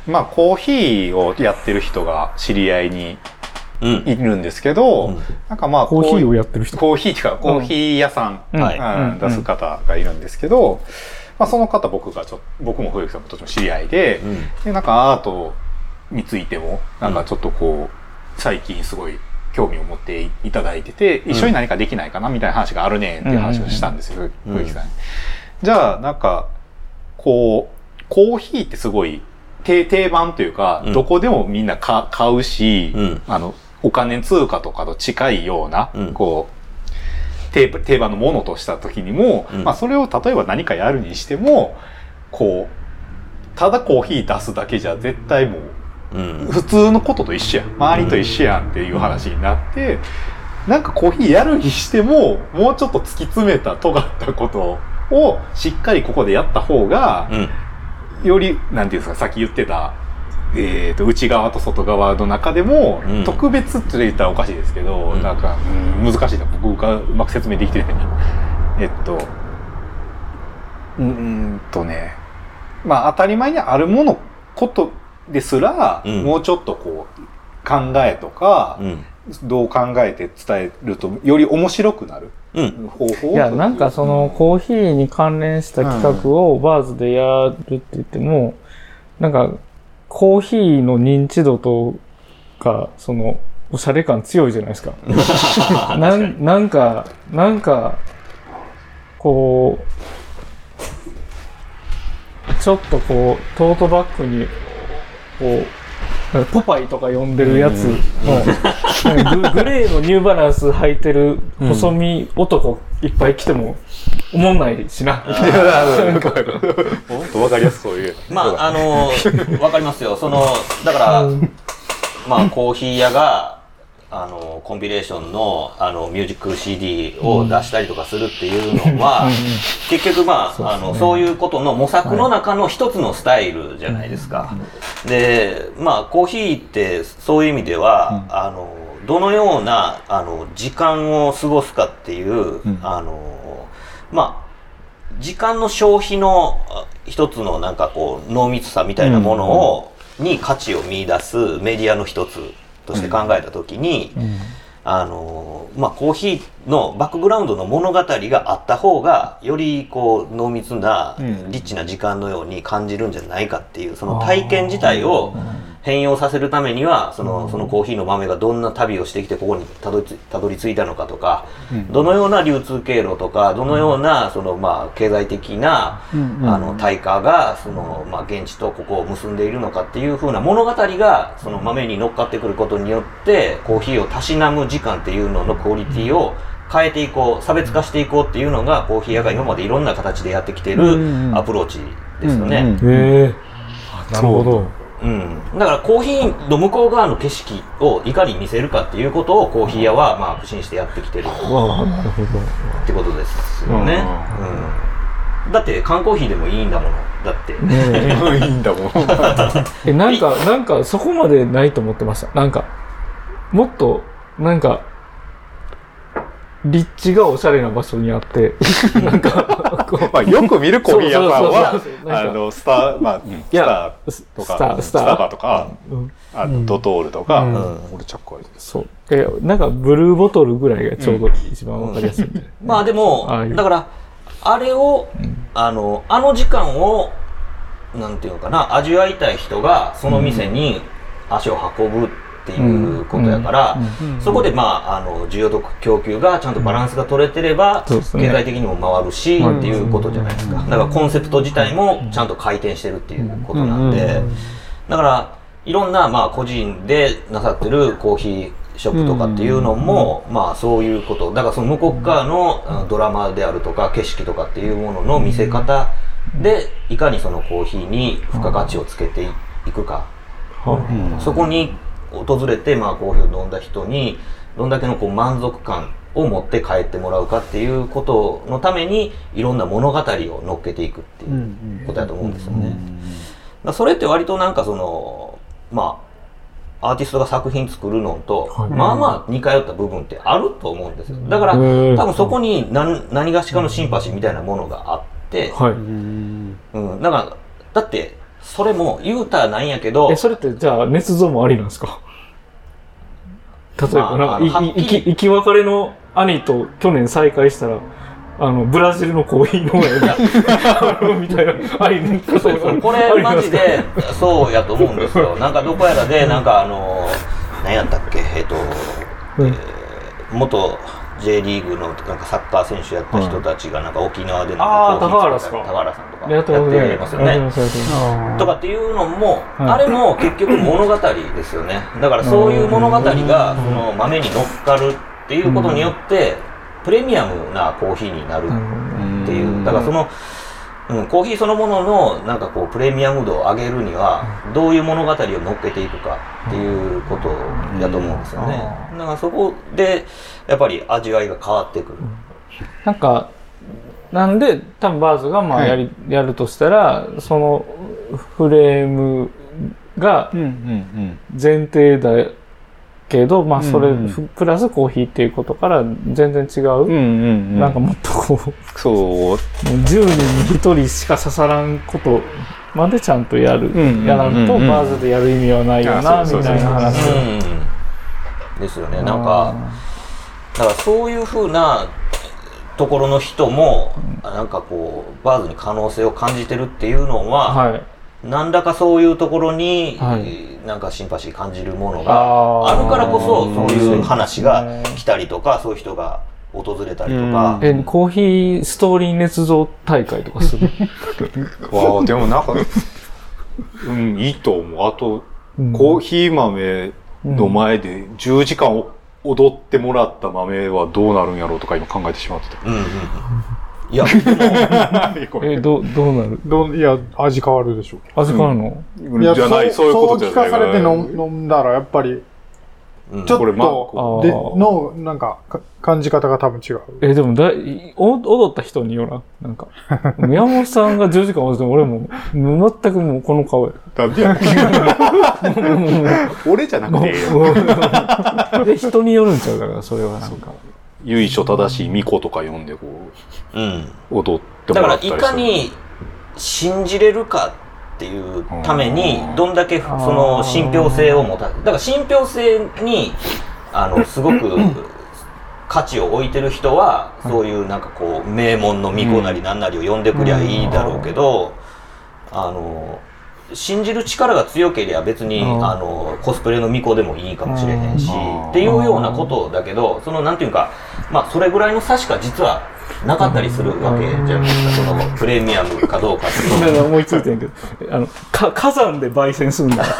まあコーヒーをやってる人が知り合いにいるんですけど、うん、なんかまあコーヒーをやってる人、 コーヒーっていうかコーヒー屋さん、うんうん、出す方がいるんですけど、まあ、その方僕がちょ僕も冬木さんもとても知り合いで、うん、でなんかアートについてもなんかちょっとこう最近すごい興味を持っていただいてて、一緒に何かできないかなみたいな話があるねんっていう話をしたんですよ、うん、冬木さんに。じゃあなんかこうコーヒーってすごい定番というか、うん、どこでもみんな買うし、うん、あのお金通貨とかと近いような、うん、こう定, 定番のものとした時にも、うん、まあそれを例えば何かやるにしてもこうただコーヒー出すだけじゃ絶対もう、うん、普通のことと一緒やん、周りと一緒やんっていう話になって、うん、なんかコーヒーやるにしてももうちょっと突き詰めた尖ったことをしっかりここでやった方が、うん、よりなんていうんですか、さっき言ってた、えー、と内側と外側の中でも、うん、特別って言ったらおかしいですけど、うん、なんか、うん、難しいな、僕がうまく説明できてるね。えっとうんうんとねまあ当たり前にあるものことですら、うん、もうちょっとこう考えとか、うん、どう考えて伝えるとより面白くなる、うん、方法。 いやなんかその、うん、コーヒーに関連した企画をバーズでやるって言っても、なんかコーヒーの認知度とかそのおしゃれ感強いじゃないですか。なん、なんかなんかこうちょっとこうトートバッグにこうポパイとか呼んでるやつのグレーのニューバランス履いてる細身男いっぱい来ても思んないしな。 もっとわかりやすくそういう。 まああのわかりますよ。そのだからまあコーヒー屋があのコンビネーションのあのミュージック シーディー を出したりとかするっていうのは、うん、結局まあそう、ね、あのそういうことの模索の中の一つのスタイルじゃないですか。はい、でまあコーヒーってそういう意味では、うん、あのどのようなあの時間を過ごすかっていう、うん、あのまあ時間の消費の一つのなんかこう濃密さみたいなものを、うん、に価値を見出すメディアの一つとして考えたときに、うん、あのまあコーヒーのバックグラウンドの物語があった方がよりこう濃密な、うん、リッチな時間のように感じるんじゃないかっていうその体験自体を変容させるためにはその、そのコーヒーの豆がどんな旅をしてきてここにたどり、たどり着いたのかとか、うん、どのような流通経路とかどのようなその、まあ、経済的な、うん、あの対価がその、まあ、現地とここを結んでいるのかっていう風な物語がその豆に乗っかってくることによってコーヒーをたしなむ時間っていうののクオリティを変えていこう、差別化していこうっていうのがコーヒー屋が今までいろんな形でやってきているアプローチですよね。うんうんうん、へー、 なるほど。 うん、だからコーヒーの向こう側の景色をいかに見せるかっていうことをコーヒー屋はまあ苦心してやってきてるってことですよね。うん、だって缶コーヒーでもいいんだもの。だって、 ね、いいんだもん。 えなんかなんかそこまでないと思ってました。なんかもっとなんか立地がおしゃれな場所にあってなんかまあよく見るコーヒー屋さんはあのスターまあスターとかスターバーとか、うん、あのドトールとか、うんうん、俺チャックある。 そうえなんかブルーボトルぐらいがちょうど一番わかりやすいんで、 うん、まあでもだからあれを、うん、あのあの時間をなんていうのかな、味わいたい人がその店に足を運ぶっていうことやから、そこでまああの需要と供給がちゃんとバランスが取れてれば、うん、経済的にも回るし、うん、っていうことじゃないですか。だからコンセプト自体もちゃんと回転してるっていうことなんで、だからいろんなまあ個人でなさってるコーヒーショップとかっていうのも、まあそういうことだから、その向こう側のドラマであるとか景色とかっていうものの見せ方でいかにそのコーヒーに付加価値をつけていくか、うん、そこに訪れてまあコーヒーを飲んだ人にどんだけのこう満足感を持って帰ってもらうかっていうことのためにいろんな物語を乗っけていくっていうことだと思うんですよね。だそれって割となんかそのまあアーティストが作品作るのと、はい、まあまあ似通った部分ってあると思うんですよ。だから多分そこに 何, 何がしかのシンパシーみたいなものがあって、はい、うん、だからだってそれも言うたらなんやけど、 えそれってじゃあ捏造もありなんですか？例えば、まあ、なんか生き生き別れの兄と去年再会したらあのブラジルのコーヒー農園みたいなありにそうそうこれマジでそうやと思うんですよ。なんかどこやらでなんかあの何やったっけえっと、うんえー、元 J リーグのなんかサッカー選手やった人たちがなんか沖縄でなんかコーヒー作った高原さんとかやってますよね。とかっていうのも、はい、あれも結局物語ですよね。だからそういう物語がその豆に乗っかるっていうことによって、うん、プレミアムなコーヒーになるっていう。だからその、うん、コーヒーそのもののなんかこうプレミアム度を上げるにはどういう物語を乗っけていくかっていうことだと思うんですよね。だからそこでやっぱり味わいが変わってくる。 なんかなんで多分バーズがまあやり、はい、やるとしたらそのフレームが前提だけど、まあそれ、うんうん、プラスコーヒーっていうことから全然違う、うんうんうん、なんかもっとこうそうじゅうにんにひとりしか刺さらんことまでちゃんとやる、うんうんうん、やらんとバーズでやる意味はないよな、みたいな話、 うん、ですよね。なんかだからそういう風なところの人もなんかこうバーズに可能性を感じてるっていうのは、はい、何らかそういうところに、はい、なんかシンパシー感じるものがあるからこそそういう話が来たりとか、そういう人が訪れたりとか。 え、コーヒーストーリー捏造大会とかするわあ、でもなんかうんいいと思う。あと、うん、コーヒー豆の前でじゅうじかん踊ってもらった豆はどうなるんやろうとか今考えてしまってた。うんうん、 いや、 え、ど、どうなるどういや、味変わるでしょ。 味変わるの、 うん、いや、じゃない、そういうことじゃない。そう聞かされて飲んだら、やっぱり、ちょっと、で、の、なんか、感じ方が多分違う。 え、でもだい、踊った人によらん。なんか、宮本さんがじゅうじかん踊っても俺も、全くもうこの顔や。 なんでや俺じゃなくてええよ。人によるんちゃうだから、それはなんか。 由緒正しい巫女とか呼んでこう、うん、踊ってもらったりする。 だからいかに信じれるかっていうためにどんだけその信憑性を持ただから信憑性にあのすごく価値を置いてる人はそういうなんかこう名門の巫女なり何なりを呼んでくりゃいいだろうけど、あの信じる力が強ければ別にあのコスプレの巫女でもいいかもしれへんしっていうようなことだけど、そのなんていうか、まあそれぐらいの差しか実はなかったりするわけじゃないですか。そのプレミアムかどうかっていうの思いついてんけど、あのか火山で焙煎するんだ。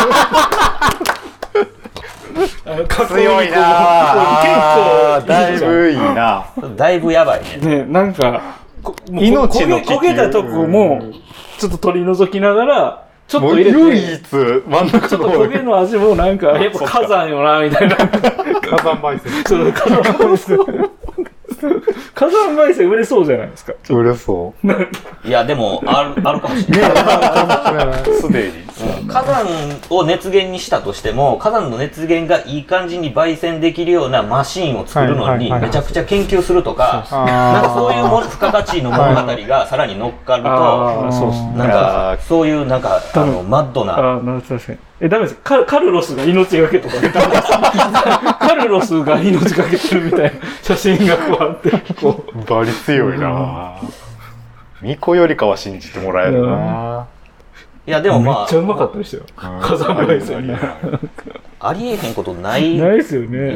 強いなぁ。結構だいぶいいな。 だいぶやばいね。 ね、なんか命の焦げたとこもちょっと取り除きながら。ちょっと入れて唯一真ん中のちょっと焦げの味もなんかやっぱ火山よなみたいな。火山焙煎。 ちょっと火山焙煎。火山焙煎売れそうじゃないですか。 売れそう。 いやでもあるあるかもしれない。 すでに。 火火山を熱源にしたとしても火山の熱源がいい感じに焙煎できるようなマシーンを作るのにめちゃくちゃ研究するとか、なんかそういうも付加価値の物語がさらに乗っかると、なんかそういうなんかあのマッドな。 あ、確かに。え、ダメです。カ, カルロスが命がけとかカルロスが命がけてるみたいな写真がこうあってこうバリ強いな。巫女よりかは信じてもらえるな。 いやでもまあめっちゃうまかったですよ。火山焙煎ね。 ありえへんことないよね。 ないですよね。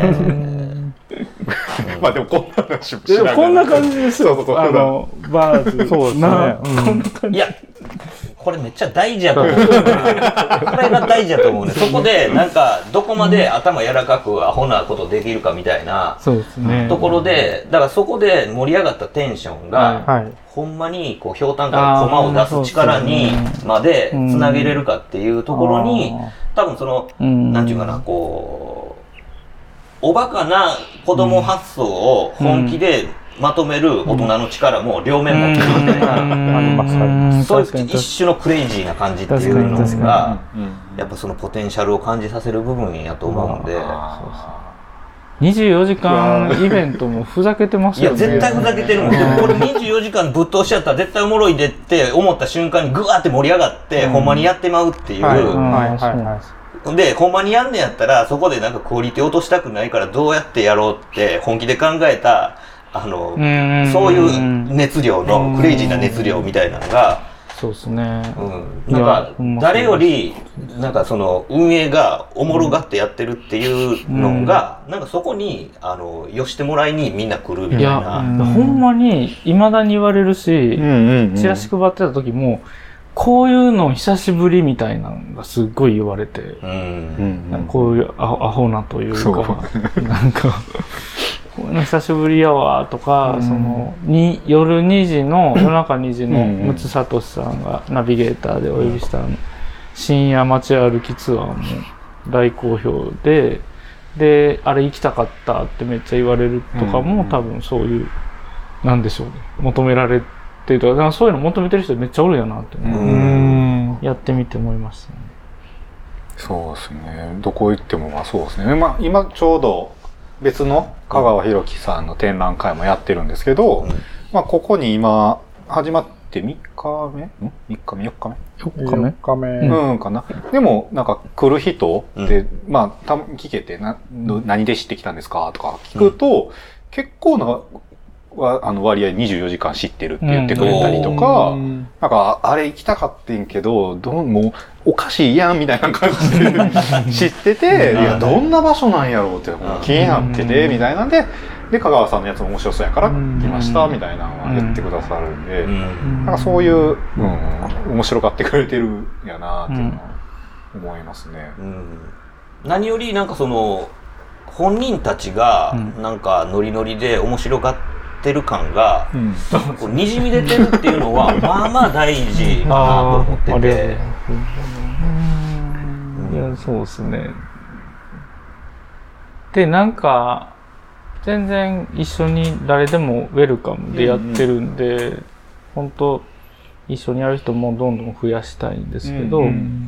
まあでもこんな話もしながら。こんな感じですよ。 そうそうそうあのバーズ。 そうですね。 こんな感じ。 いや。これめっちゃ大事やと思う。これが大事やと思うね。そこでなんかどこまで頭柔らかくアホなことできるかみたいなところで、だからそこで盛り上がったテンションが、はい、ほんまにこうひょうたんから駒を出す力にまでつなげれるかっていうところに、多分そのなんていうかな、こうおバカな子供発想を本気でまとめる大人の力も両面持ってるみたいな、そういう一種のクレイジーな感じっていうのがやっぱそのポテンシャルを感じさせる部分やと思うんで、 にじゅうよじかんイベントもふざけてますよね。 いや絶対ふざけてるもん。これにじゅうよじかんぶっ通しちゃったら絶対おもろいでって思った瞬間にグワーって盛り上がってほんまにやってまうっていう。でほんまにやんねやったらそこでなんかクオリティ落としたくないからどうやってやろうって本気で考えたあのそういう熱量のクレイジーな熱量みたいなのが、 そうですね、 うん、なんか誰よりなんかその運営がおもろがってやってるっていうのが、うん、なんかそこにあの寄してもらいにみんな来るみたいな。いや、 ほんまに未だに言われるし、チラシ配ってた時もこういうの久しぶりみたいなのがすっごい言われて、うん、こういうアホなというかなんかこういうの久しぶりやわとか、うん、そのに夜にじの夜中にじのむつさとしさんがナビゲーターでお呼びした深夜街歩きツアーも大好評で、であれ行きたかったってめっちゃ言われるとかも多分そういうなんでしょうね、求められてるとか、だからそういうの求めてる人めっちゃおるんやなって、ね、やってみて思いましたね。 そうですね。どこ行ってもまあそうですね。まあ今ちょうど別の香川博樹さんの展覧会もやってるんですけど、うん、まあここに今始まってみっかめ？ん ?みっ 日目 ?よっかめ ? よっかめ ?よっかめ。 うんかな。でもなんか来る人で、うん、まあた聞けてな、何で知ってきたんですかとか聞くと、うん、結構なあの割合にじゅうよじかん知ってるって言ってくれたりとか、うん、なんかあれ行きたかってんけどどうもおかしいやんみたいな感じで知ってて、いやどんな場所なんやろうって気になっててみたいなんで、で香川さんのやつも面白そうやから来ましたみたいなのは言ってくださるんで、なんかそういう、うん、面白がってくれてるんやなっていうのは思いますね。うん、 何よりなんかその本人たちがなんかノリノリで面白がっててる感が、うん、こうにじみ出てるっていうのはまあまあ大事かなと思ってて、 いやそうですね。でなんか全然一緒に誰でもウェルカムでやってるんで、うんうん、本当一緒にやる人もどんどん増やしたいんですけど、うんうん、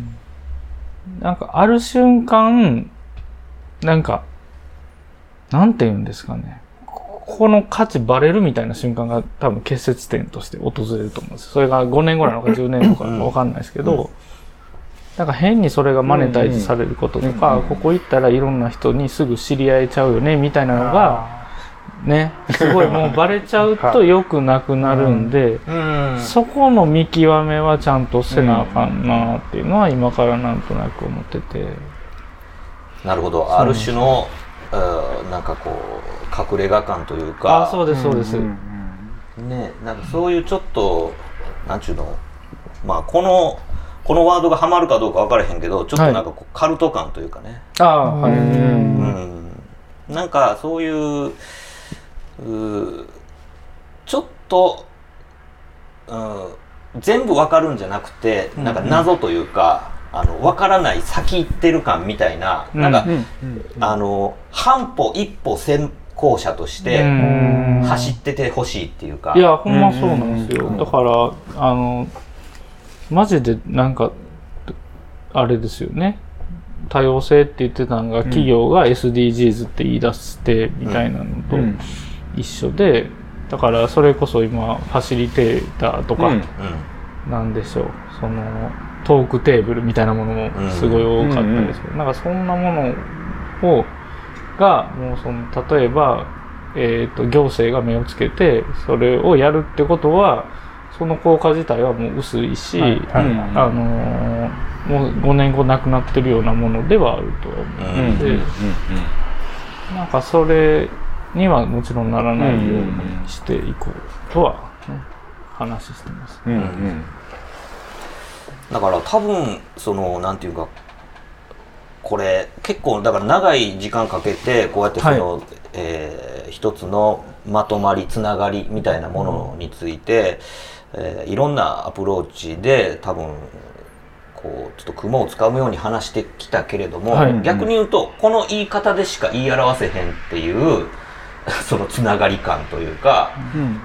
なんかある瞬間なんかなんて言うんですかね、ここの価値バレるみたいな瞬間が多分結節点として訪れると思うんです。それがごねんごなのかじゅうねんごかわかんないですけど、うん、なんか変にそれがマネタイズされることとか、うんうん、ここ行ったらいろんな人にすぐ知り合えちゃうよねみたいなのがね、すごいもうバレちゃうと良くなくなるんで、うんうん、そこの見極めはちゃんとせなあかんなっていうのは今からなんとなく思ってて。 なるほど。ある種のなんかこう隠れ家感というか、 あ、そうですそうです、うんうん、ね、なんかそういうちょっとなんちゅうの、まあこのこのワードがハマるかどうか分からへんけど、ちょっとなんかこうカルト感というかね、 ああ、はい、うん、 なんかそういう、うちょっと、うん、全部分かるんじゃなくて、なんか謎というか、あの分からない先行ってる感みたいな、なんか、うんうんうん、あの半歩一歩先行者として走っててほしいっていうか、 いやほんまそうなんですよ。だからあのマジでなんかあれですよね。多様性って言ってたのが、企業が エスディージーズ って言い出してみたいなのと一緒で、だからそれこそ今ファシリテーターとか、なんでしょう、そのトークテーブルみたいなものもすごい多かったですけど、なんかそんなものをがもうその例えば、えーと、行政が目をつけてそれをやるってことはその効果自体はもう薄いし、はいはいはい、あのー、もうごねんごなくなってるようなものではあると思うので、うんうんうん、なんかそれにはもちろんならないようにしていこうとは、ね、話してます、うんうん、 だから多分そのなんていうかこれ結構だから長い時間かけてこうやってその、はい、えー、一つのまとまりつながりみたいなものについて、うん、えー、いろんなアプローチで多分こうちょっと雲をつかむように話してきたけれども、はい、逆に言うとこの言い方でしか言い表せへんっていうそのつながり感というか、うんうんうん、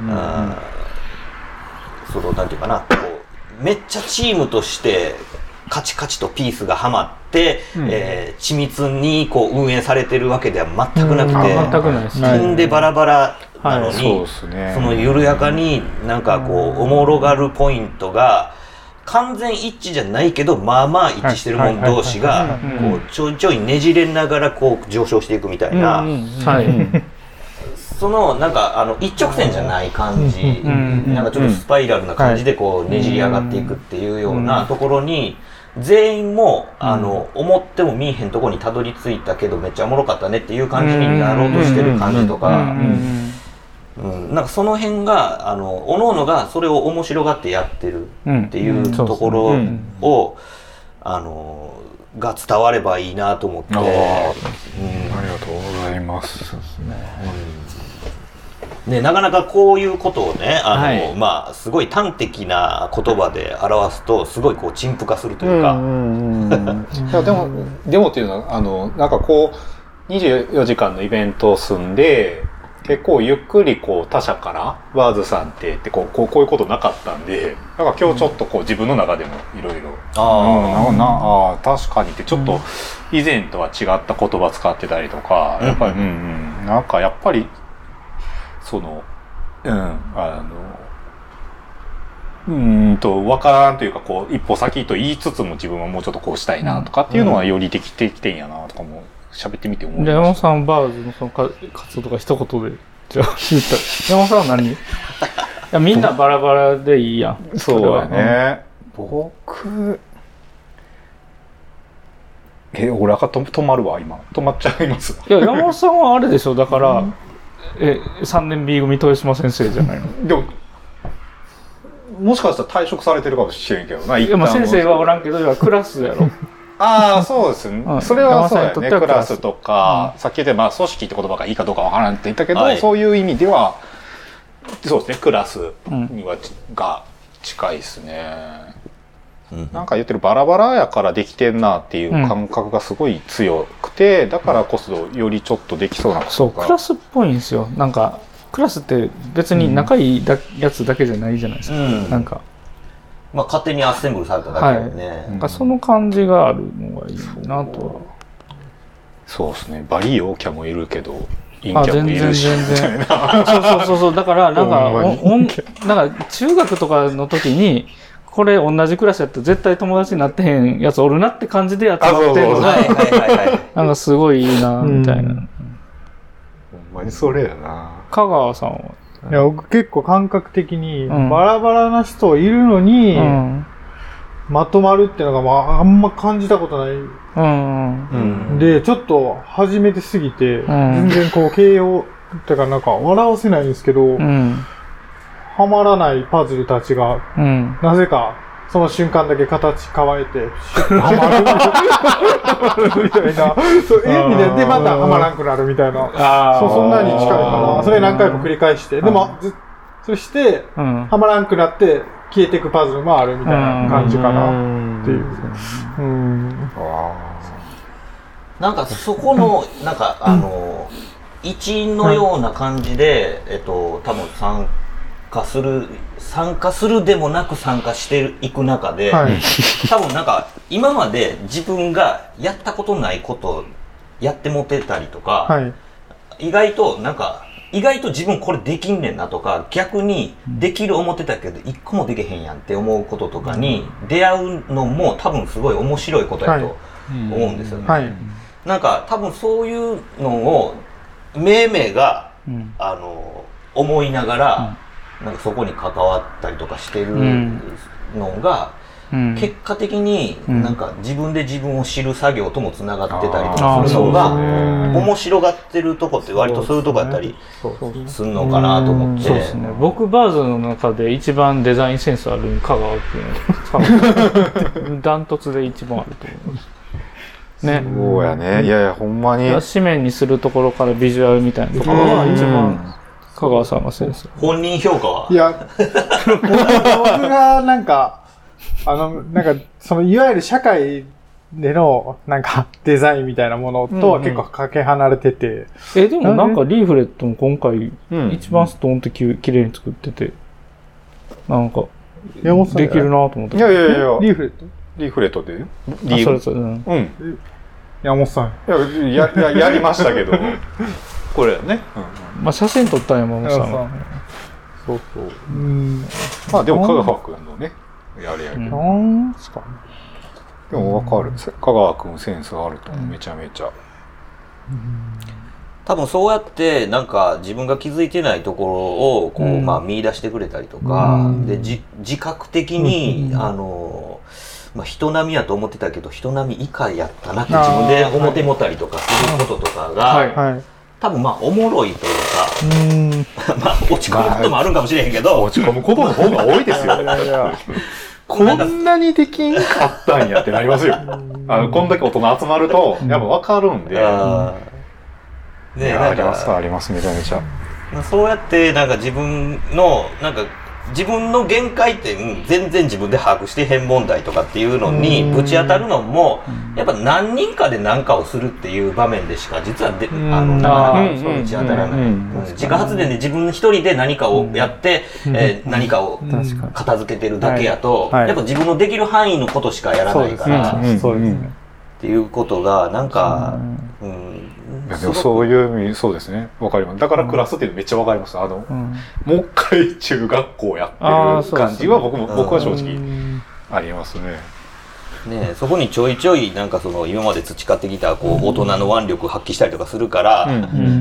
そのなんていうかなこうめっちゃチームとしてカチカチとピースがはまって、うん、えー、緻密にこう運営されてるわけでは全くなくて、 うん、全くないですね。 点でバラバラなのに、はい、 そうですね、 その緩やかになんかこうおもろがるポイントが完全一致じゃないけどまあまあ一致してるもん同士がこうちょいちょいねじれながらこう上昇していくみたいな、うんうん、はい、そのなんかあの一直線じゃない感じ、うん、なんかちょっとスパイラルな感じでこうねじり上がっていくっていうようなところに全員もあの思っても見えへんところにたどり着いたけどめっちゃおもろかったねっていう感じになろうとしてる感じとか、うん、なんかその辺があの各々がそれを面白がってやってるっていうところをあのが伝わればいいなと思って、うん、ありがとうございます。そうですね、 うん、でなかなかこういうことをねあの、はい、まあすごい端的な言葉で表すとすごいこう陳腐化するというか、うんうんうん、 いやでもでもっていうのはあのなんかこうにじゅうよじかんのイベントを済んで結構ゆっくりこう他社からワーズさんってってこうこうこういうことなかったんでなんか今日ちょっとこう自分の中でもいろいろああなあ確かにってちょっと以前とは違った言葉使ってたりとか、うん、やっぱり、うんうん、なんかやっぱりそのうんあのうんと分からんというかこう一歩先と言いつつも自分はもうちょっとこうしたいなとかっていうのはよりできてきてんやなとかも喋ってみて思いました。 山本さんバーズのその活動とか一言でじゃあ言ったら山本さんは何いやみんなバラバラでいいやん。 そうだね、うん、僕え俺赤と止まるわ今止まっちゃいます。 いや山本さんはあれでしょだから、うん、えさんねん B 組豊島先生じゃないの。 でももしかしたら退職されてるかもしれんけどな。 いやまあ先生はおらんけど今クラスやろ。 ああそうですね、うん、それはそうだよね。クラスとか、うん、さっき言ってまあ組織って言葉がいいかどうかわからんって言ったけど、はい、そういう意味ではそうですねクラスには、うん、が近いですね、うん、なんか言ってるバラバラやからできてんなっていう感覚がすごい強くて、うん、だからこそよりちょっとできそうなことが、 そうクラスっぽいんですよ。なんかクラスって別に仲いいだ、うん、やつだけじゃないじゃないですか、うん、なんかまあ、勝手にアッセンブルされただけでね、はい、 なんかその感じがあるのがいいなとは。 そうですね。バリ陽キャもいるけど陰キャもいるし全然全然そうそうそうそうだからなんかおんなんか中学とかの時にこれ同じクラスやったら絶対友達になってへんやつおるなって感じでやってもらってるのがなんかすごいいいなみたいな。ほんまにそれやな。 香川さんはいや僕結構感覚的にバラバラな人いるのに、うん、まとまるっていうのが、まあ、あんま感じたことない、うんうん、でちょっと初めてすぎて、うん、全然こう形容ってかなんか笑わせないんですけど、うん、はまらないパズルたちが、うん、なぜかその瞬間だけ形変えてはまるみたいなそういう意味ででまたはまらんくなるみたいなそうそんなに近いかな。それ何回も繰り返してでもそして、うん、はまらんくなって消えていくパズルもあるみたいな感じかなっていう。うん、 なんかそこのなんかあの一員のような感じで、えっと多分参加する参加するでもなく参加していく中で、はい、多分なんか今まで自分がやったことないことをやってもてたりとか、はい、意外となんか意外と自分これできんねんなとか、逆にできる思ってたけど一個もできへんやんって思うこととかに出会うのも多分すごい面白いことやと思うんですよね、はいはい、なんか多分そういうのをめいめいが、うん、あの思いながら、うん、なんかそこに関わったりとかしてるのが、うん、結果的になんか自分で自分を知る作業ともつながってたりとかするのが面白がってるとこって割とそういうとこやったりするのかなと思って。 そうですね。僕バーズの中で一番デザインセンスある香川君ダントツで一番あると思います。ね。 そうやね。いやいやほんまに。 紙面にするところからビジュアルみたいなところが一番香川さんがセンス。 本人評価は？ いや、僕がなんかあのなんかそのいわゆる社会でのなんかデザインみたいなものとは結構かけ離れてて、うんうん、 えでもなんかリーフレットも今回一番ストーンとききれいに作っててなんかできるなと思って。 いやいやいやリーフレットリーフレットでリーフレット、うん、 うん、山本さんいや や, や, やりましたけどこれね、 うん、まあ写真撮ったん山本さんは。 そうそう。うん。まあでも香川君のねやれやけど。なんすかね。でもわかる。香川君センスがあるとめちゃめちゃ。 うん、多分そうやってなんか自分が気づいてないところをこう、うん、まあ見出してくれたりとか、うん、でじ自覚的に、うん、あの。まあ、人並みやと思ってたけど人並み以下やったなって自分で思ってもたりとかすることとかが、はいはい、多分まあおもろいというか、うんまあ落ち込むこともあるんかもしれへんけど、まあ、 落ち込むことの方が多いですよいやいやこんなにできんかったんやってなりますよあのこんだけ大人集まるとやっぱ分かるんで、うんね、ありますありますめちゃめちゃそうやってなんか自分のなんか自分の限界点全然自分で把握してへん問題とかっていうのにぶち当たるのもやっぱ何人かで何かをするっていう場面でしか実はであのなかなかぶち当たらない自家発電で自分一人で何かをやって、えー、何かを片付けてるだけやとやっぱ自分のできる範囲のことしかやらないからっていうことがなんかうんいやでもそういう意味そうですねわかりますだからクラスっていうのめっちゃわかりますあの、うん、もう一回中学校やってる感じは僕も、僕は正直ありますねねそこにちょいちょいなんかその今まで培ってきたこう大人の腕力発揮したりとかするから、うん、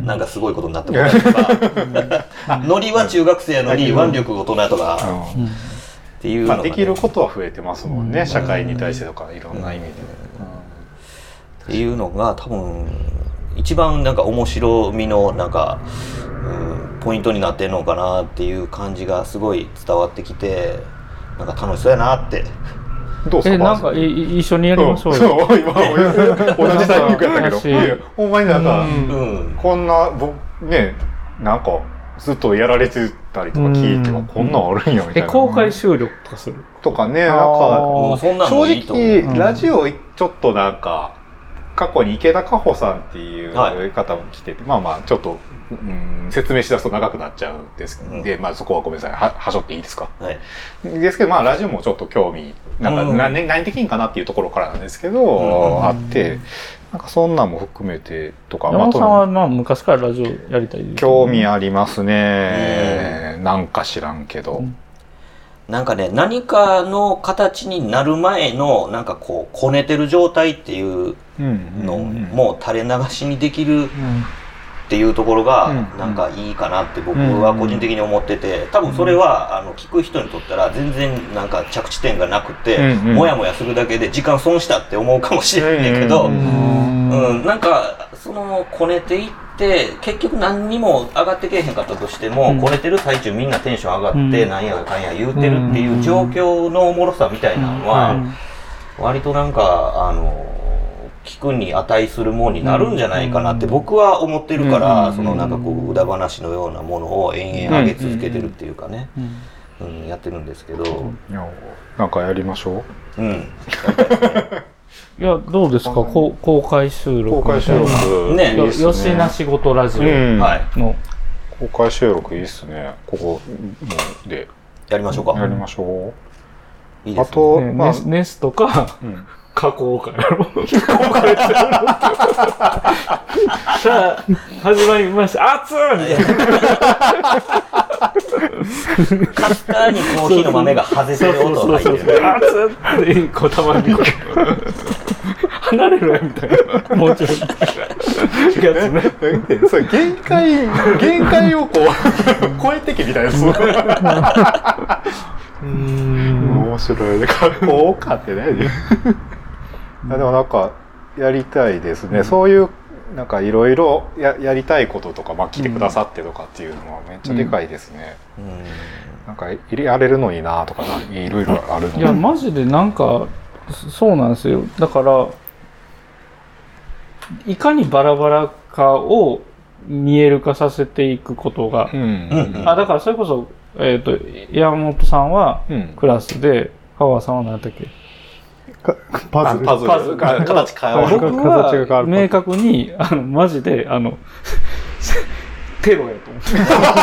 なんかすごいことになってもらえるとかノリは中学生やのに腕力大人とか、うん、っていうのが、ねまあ、できることは増えてますもんね、うん、社会に対してとかいろんな意味で、うんうん、 っていうのが多分一番なんか面白みのなんか、うん、ポイントになってるのかなっていう感じがすごい伝わってきてなんか楽しそうやなってどうすかえなんかい一緒にやりましょうよ、うん、そう今同じタイミングやったけどほんまになんか、うんうん、こんなねなんかずっとやられてたりとか聞いてもこんなんあるんやみたいな、 え公開収録とかするとかねなんか正直ラジオちょっとなんか過去に池田加穂さんっていう方も来てて、はい、まあまあちょっと、うん、説明しだすと長くなっちゃうんですけど、うん、まあそこはごめんなさい は, はしょっていいですか、はい、ですけどまあラジオもちょっと興味なんか、うん、何, 何できんかなっていうところからなんですけど、うん、あってなんかそんなんも含めてとか山本さんはまあ昔からラジオやりたい、ね、 興味ありますね、うん、なんか知らんけど、うんなんかね何かの形になる前のなんかこうこねてる状態っていうのも垂れ流しにできるっていうところがなんかいいかなって僕は個人的に思ってて多分それはあの聞く人にとったら全然なんか着地点がなくてモヤモヤするだけで時間損したって思うかもしれないけどうんなんかそのこねていって結局何にも上がってけえへんかったとしても、うん、こねてる最中みんなテンション上がって、うん、なんやかんや言うてるっていう状況のおもろさみたいなのは、うん、割となんかあの聞くに値するものになるんじゃないかなって僕は思ってるから、うん、そのなんかこう裏話のようなものを延々上げ続けてるっていうかね、うんうん、やってるんですけど、 いやなんかやりましょう。うん。 いやどうですか、こ公開収録公開収録ねよしな仕事ラジオの公開収録いいっすね。ここでやりましょうか。 やりましょう。いいですね。あと、ね、まあ、ネスとか、うん、加工かやろ。さあ始まりました。熱ーみたいな。 かすかにコーヒーの豆が外れてる音が入ってる。 熱ーってこうたまにこう離れろよみたいな。もうちょいやつね。 それ限界限界をこう超えてきみたいな。うーん面白いね。加工かってね。でもなんかやりたいですね、うん、そういうなんかいろいろやりたいこととか、まあ、来てくださってとかっていうのはめっちゃでかいですね、うんうん、なんかやれるのになとかいろいろあるのに。 いやマジでなんかそうなんですよ。だからいかにバラバラかを見える化させていくことが、うんうんうん、あだからそれこそ、えーと、山本さんはクラスで、うん、川さんは何だったっけパズル。 パズル。パズル形変わる。 僕は明確に、あの、マジで、あの、テロやと思って。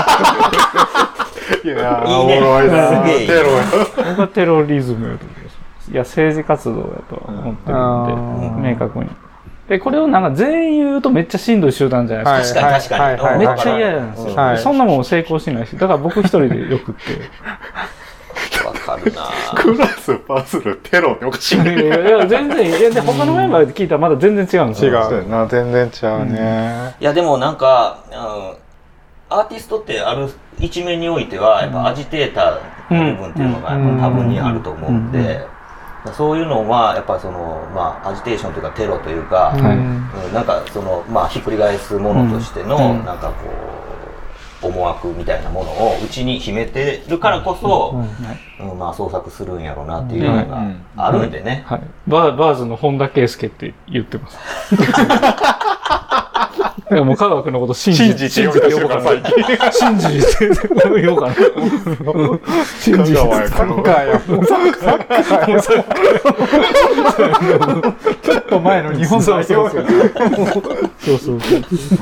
いやいいね。おもろいな。すげえいい。 テロや。僕はテロリズムやと思ってます。いや、政治活動やと思ってるんで、明確に。で、これをなんか全員言うとめっちゃしんどい集団じゃないですか。 確かに確かに。 めっちゃ嫌なんですよ。そんなもん成功しないし、だから僕一人でよくって。 わかるなクラスパズルテロっておかしいね。 いやいや全然いやで他のメンバーで聞いたらまだ全然違うんですよ。違うな全然違うね、 うん、いやでもなんか、うん、アーティストってある一面においてはやっぱアジテーターの部分っていうのがやっぱ多分にあると思うんで、うん、そういうのはやっぱそのまあアジテーションというかテロというか、うんうん、なんかそのまあひっくり返すものとしてのなんかこう思惑みたいなものをうちに秘めてるからこそ、うんうん、まあ創作するんやろうなっていうのがあるんでね、 はいはい、バー, バーズの本田圭佑って言ってますいやもう科学のこと信じて信じてようかな最近信じてようかな信じてようかなサッカーやもうサッカーやちょっと前の日本代表そうそうそうそう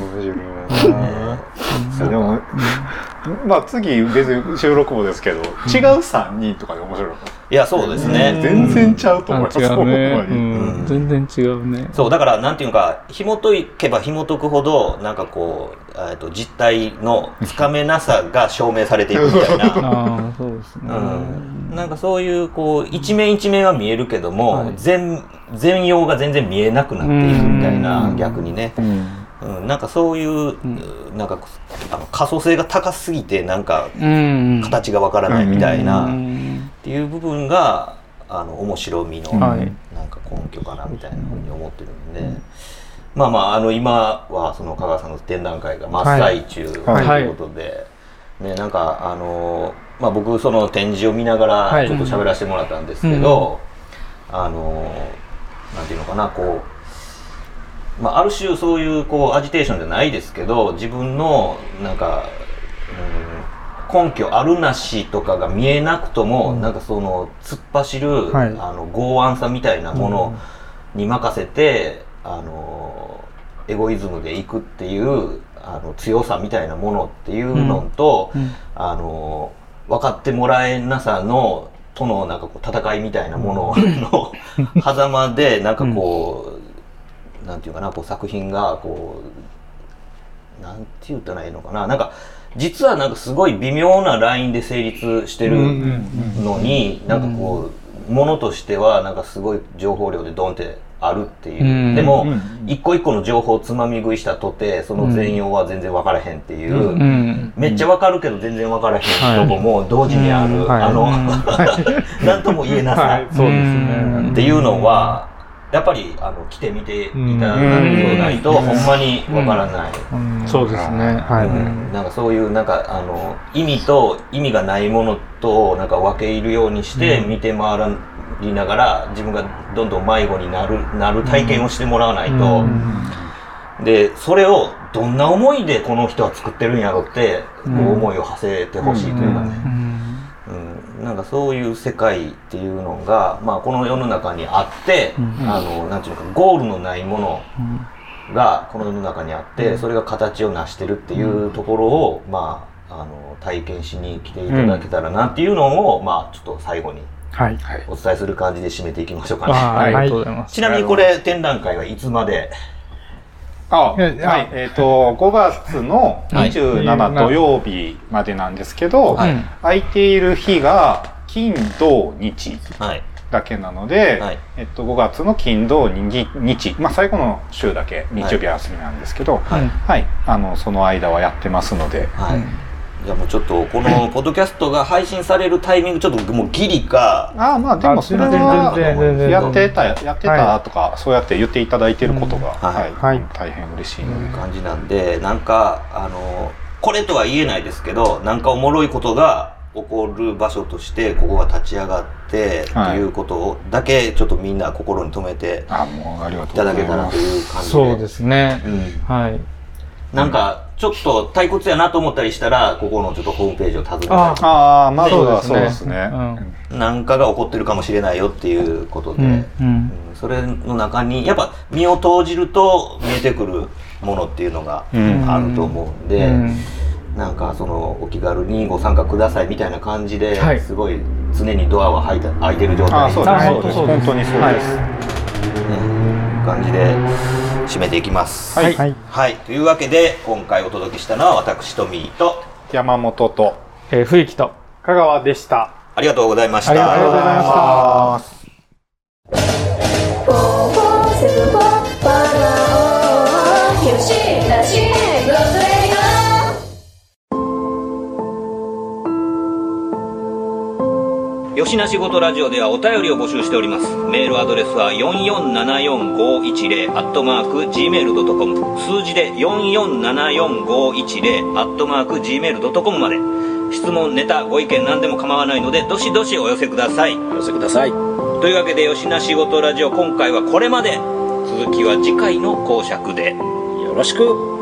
でも、まあ次別に収録もですけど、違うさんにんとかで面白いのかな。 いやそうですね。 全然ちゃうと思います。 違うね。うん、全然違うね。 そうだからなんていうか紐解けば紐解くほどなんかこうえっと実態のつかめなさが証明されていくみたいな。 ああそうですね。 うん。なんかそういうこう一面一面は見えるけども、はい、全全容が全然見えなくなっていくみたいな逆にね。うんうん、なんかそういう、うん、なんかあの可塑性が高すぎてなんか形がわからないみたいなっていう部分があの面白みのなんか根拠かなみたいなふうに思ってるんで、うん、まあまああの今はその香川さんの展覧会が真っ最中ということで、はいね、なんかあの、まあ、僕その展示を見ながらちょっと喋らせてもらったんですけど、はい、あのなんていうのかなこうまあ、ある種そういうこうアジテーションじゃないですけど自分のなんか、うん、根拠あるなしとかが見えなくとも、うん、なんかその突っ走る、はい、あの剛腕さみたいなものに任せて、うん、あのエゴイズムでいくっていうあの強さみたいなものっていうのと、うんうん、あの分かってもらえなさのとのなんかこう戦いみたいなものの狭間でなんかこう、うんなんていうかなこう作品がこうなんて言ったらいいのかななんか実はなんかすごい微妙なラインで成立してるのになんかこうものとしてはなんかすごい情報量でドンってあるっていうでも一個一個の情報をつまみ食いしたとてその全容は全然分からへんっていうめっちゃ分かるけど全然分からへんとこも同時にあるあのなんとも言えなさっていうのはやっぱりあの来てみていただくないとほんまにわからない、 うんうん、そうですね、はいうん、なんかそういうなんかあの意味と意味がないものとなんか分け入るようにして見て回りながら自分がどんどん迷子になる、なる体験をしてもらわないと、うん、でそれをどんな思いでこの人は作ってるんやろってこう思いを馳せてほしいというかね、うん、なんかそういう世界っていうのが、まあ、この世の中にあって、うん、あのなんていうのかゴールのないものがこの世の中にあって、うん、それが形を成してるっていうところを、うん、まあ、あの体験しに来ていただけたらなっていうのを、うん、まあちょっと最後にお伝えする感じで締めていきましょうかね。 ありがとうございます。 ちなみにこれ展覧会はいつまで？ あ、はい、えっ、ー、とごがつのにじゅうしち土曜日までなんですけど、はい、空いている日が金土日だけなので、はい、えっとごがつの金土日、まあ最後の週だけ日曜日休みなんですけど、はい、はい、あのその間はやってますので。はい、 じゃあもうちょっとこのポッドキャストが配信されるタイミングちょっともうギリか。 ああ、まあでもそれはやってたやってたとか、はい、そうやって言っていただいてることが、うん、はい、はい、大変嬉しいの感じなんで、なんかあのこれとは言えないですけど、なんかおもろいことが起こる場所としてここが立ち上がってっていうことをだけちょっとみんな心に留めていただけたらという感じで。 そうですね。うん、はい。 なんかちょっと退屈やなと思ったりしたらここのちょっとホームページを訪ねたり、 ああ、まあそうですね。 なんかが起こってるかもしれないよっていうことで、うんうんうん、それの中にやっぱ身を投じると見えてくるものっていうのがあると思うんで、うんうん、なんかそのお気軽にご参加くださいみたいな感じで、はい、すごい常にドアは開いた開いてる状態になってます。本当にそうです。 ね、感じで締めていきます。 はい、はいはい、というわけで今回お届けしたのは私トミーと山本と、 えー、冬木と香川でした。 ありがとうございました。 ありがとうございました。 よしなしごとラジオではお便りを募集しております。メールアドレスはよんよんななよんごいちゼロ アットマーク ジーメールドットコム、 数字でよんよんななよんごいちゼロ アットマーク ジーメールドットコム まで。質問、ネタ、ご意見何でも構わないのでどしどしお寄せください。お寄せください。というわけでよしなしごとラジオ今回はこれまで。続きは次回の講釈で。よろしく。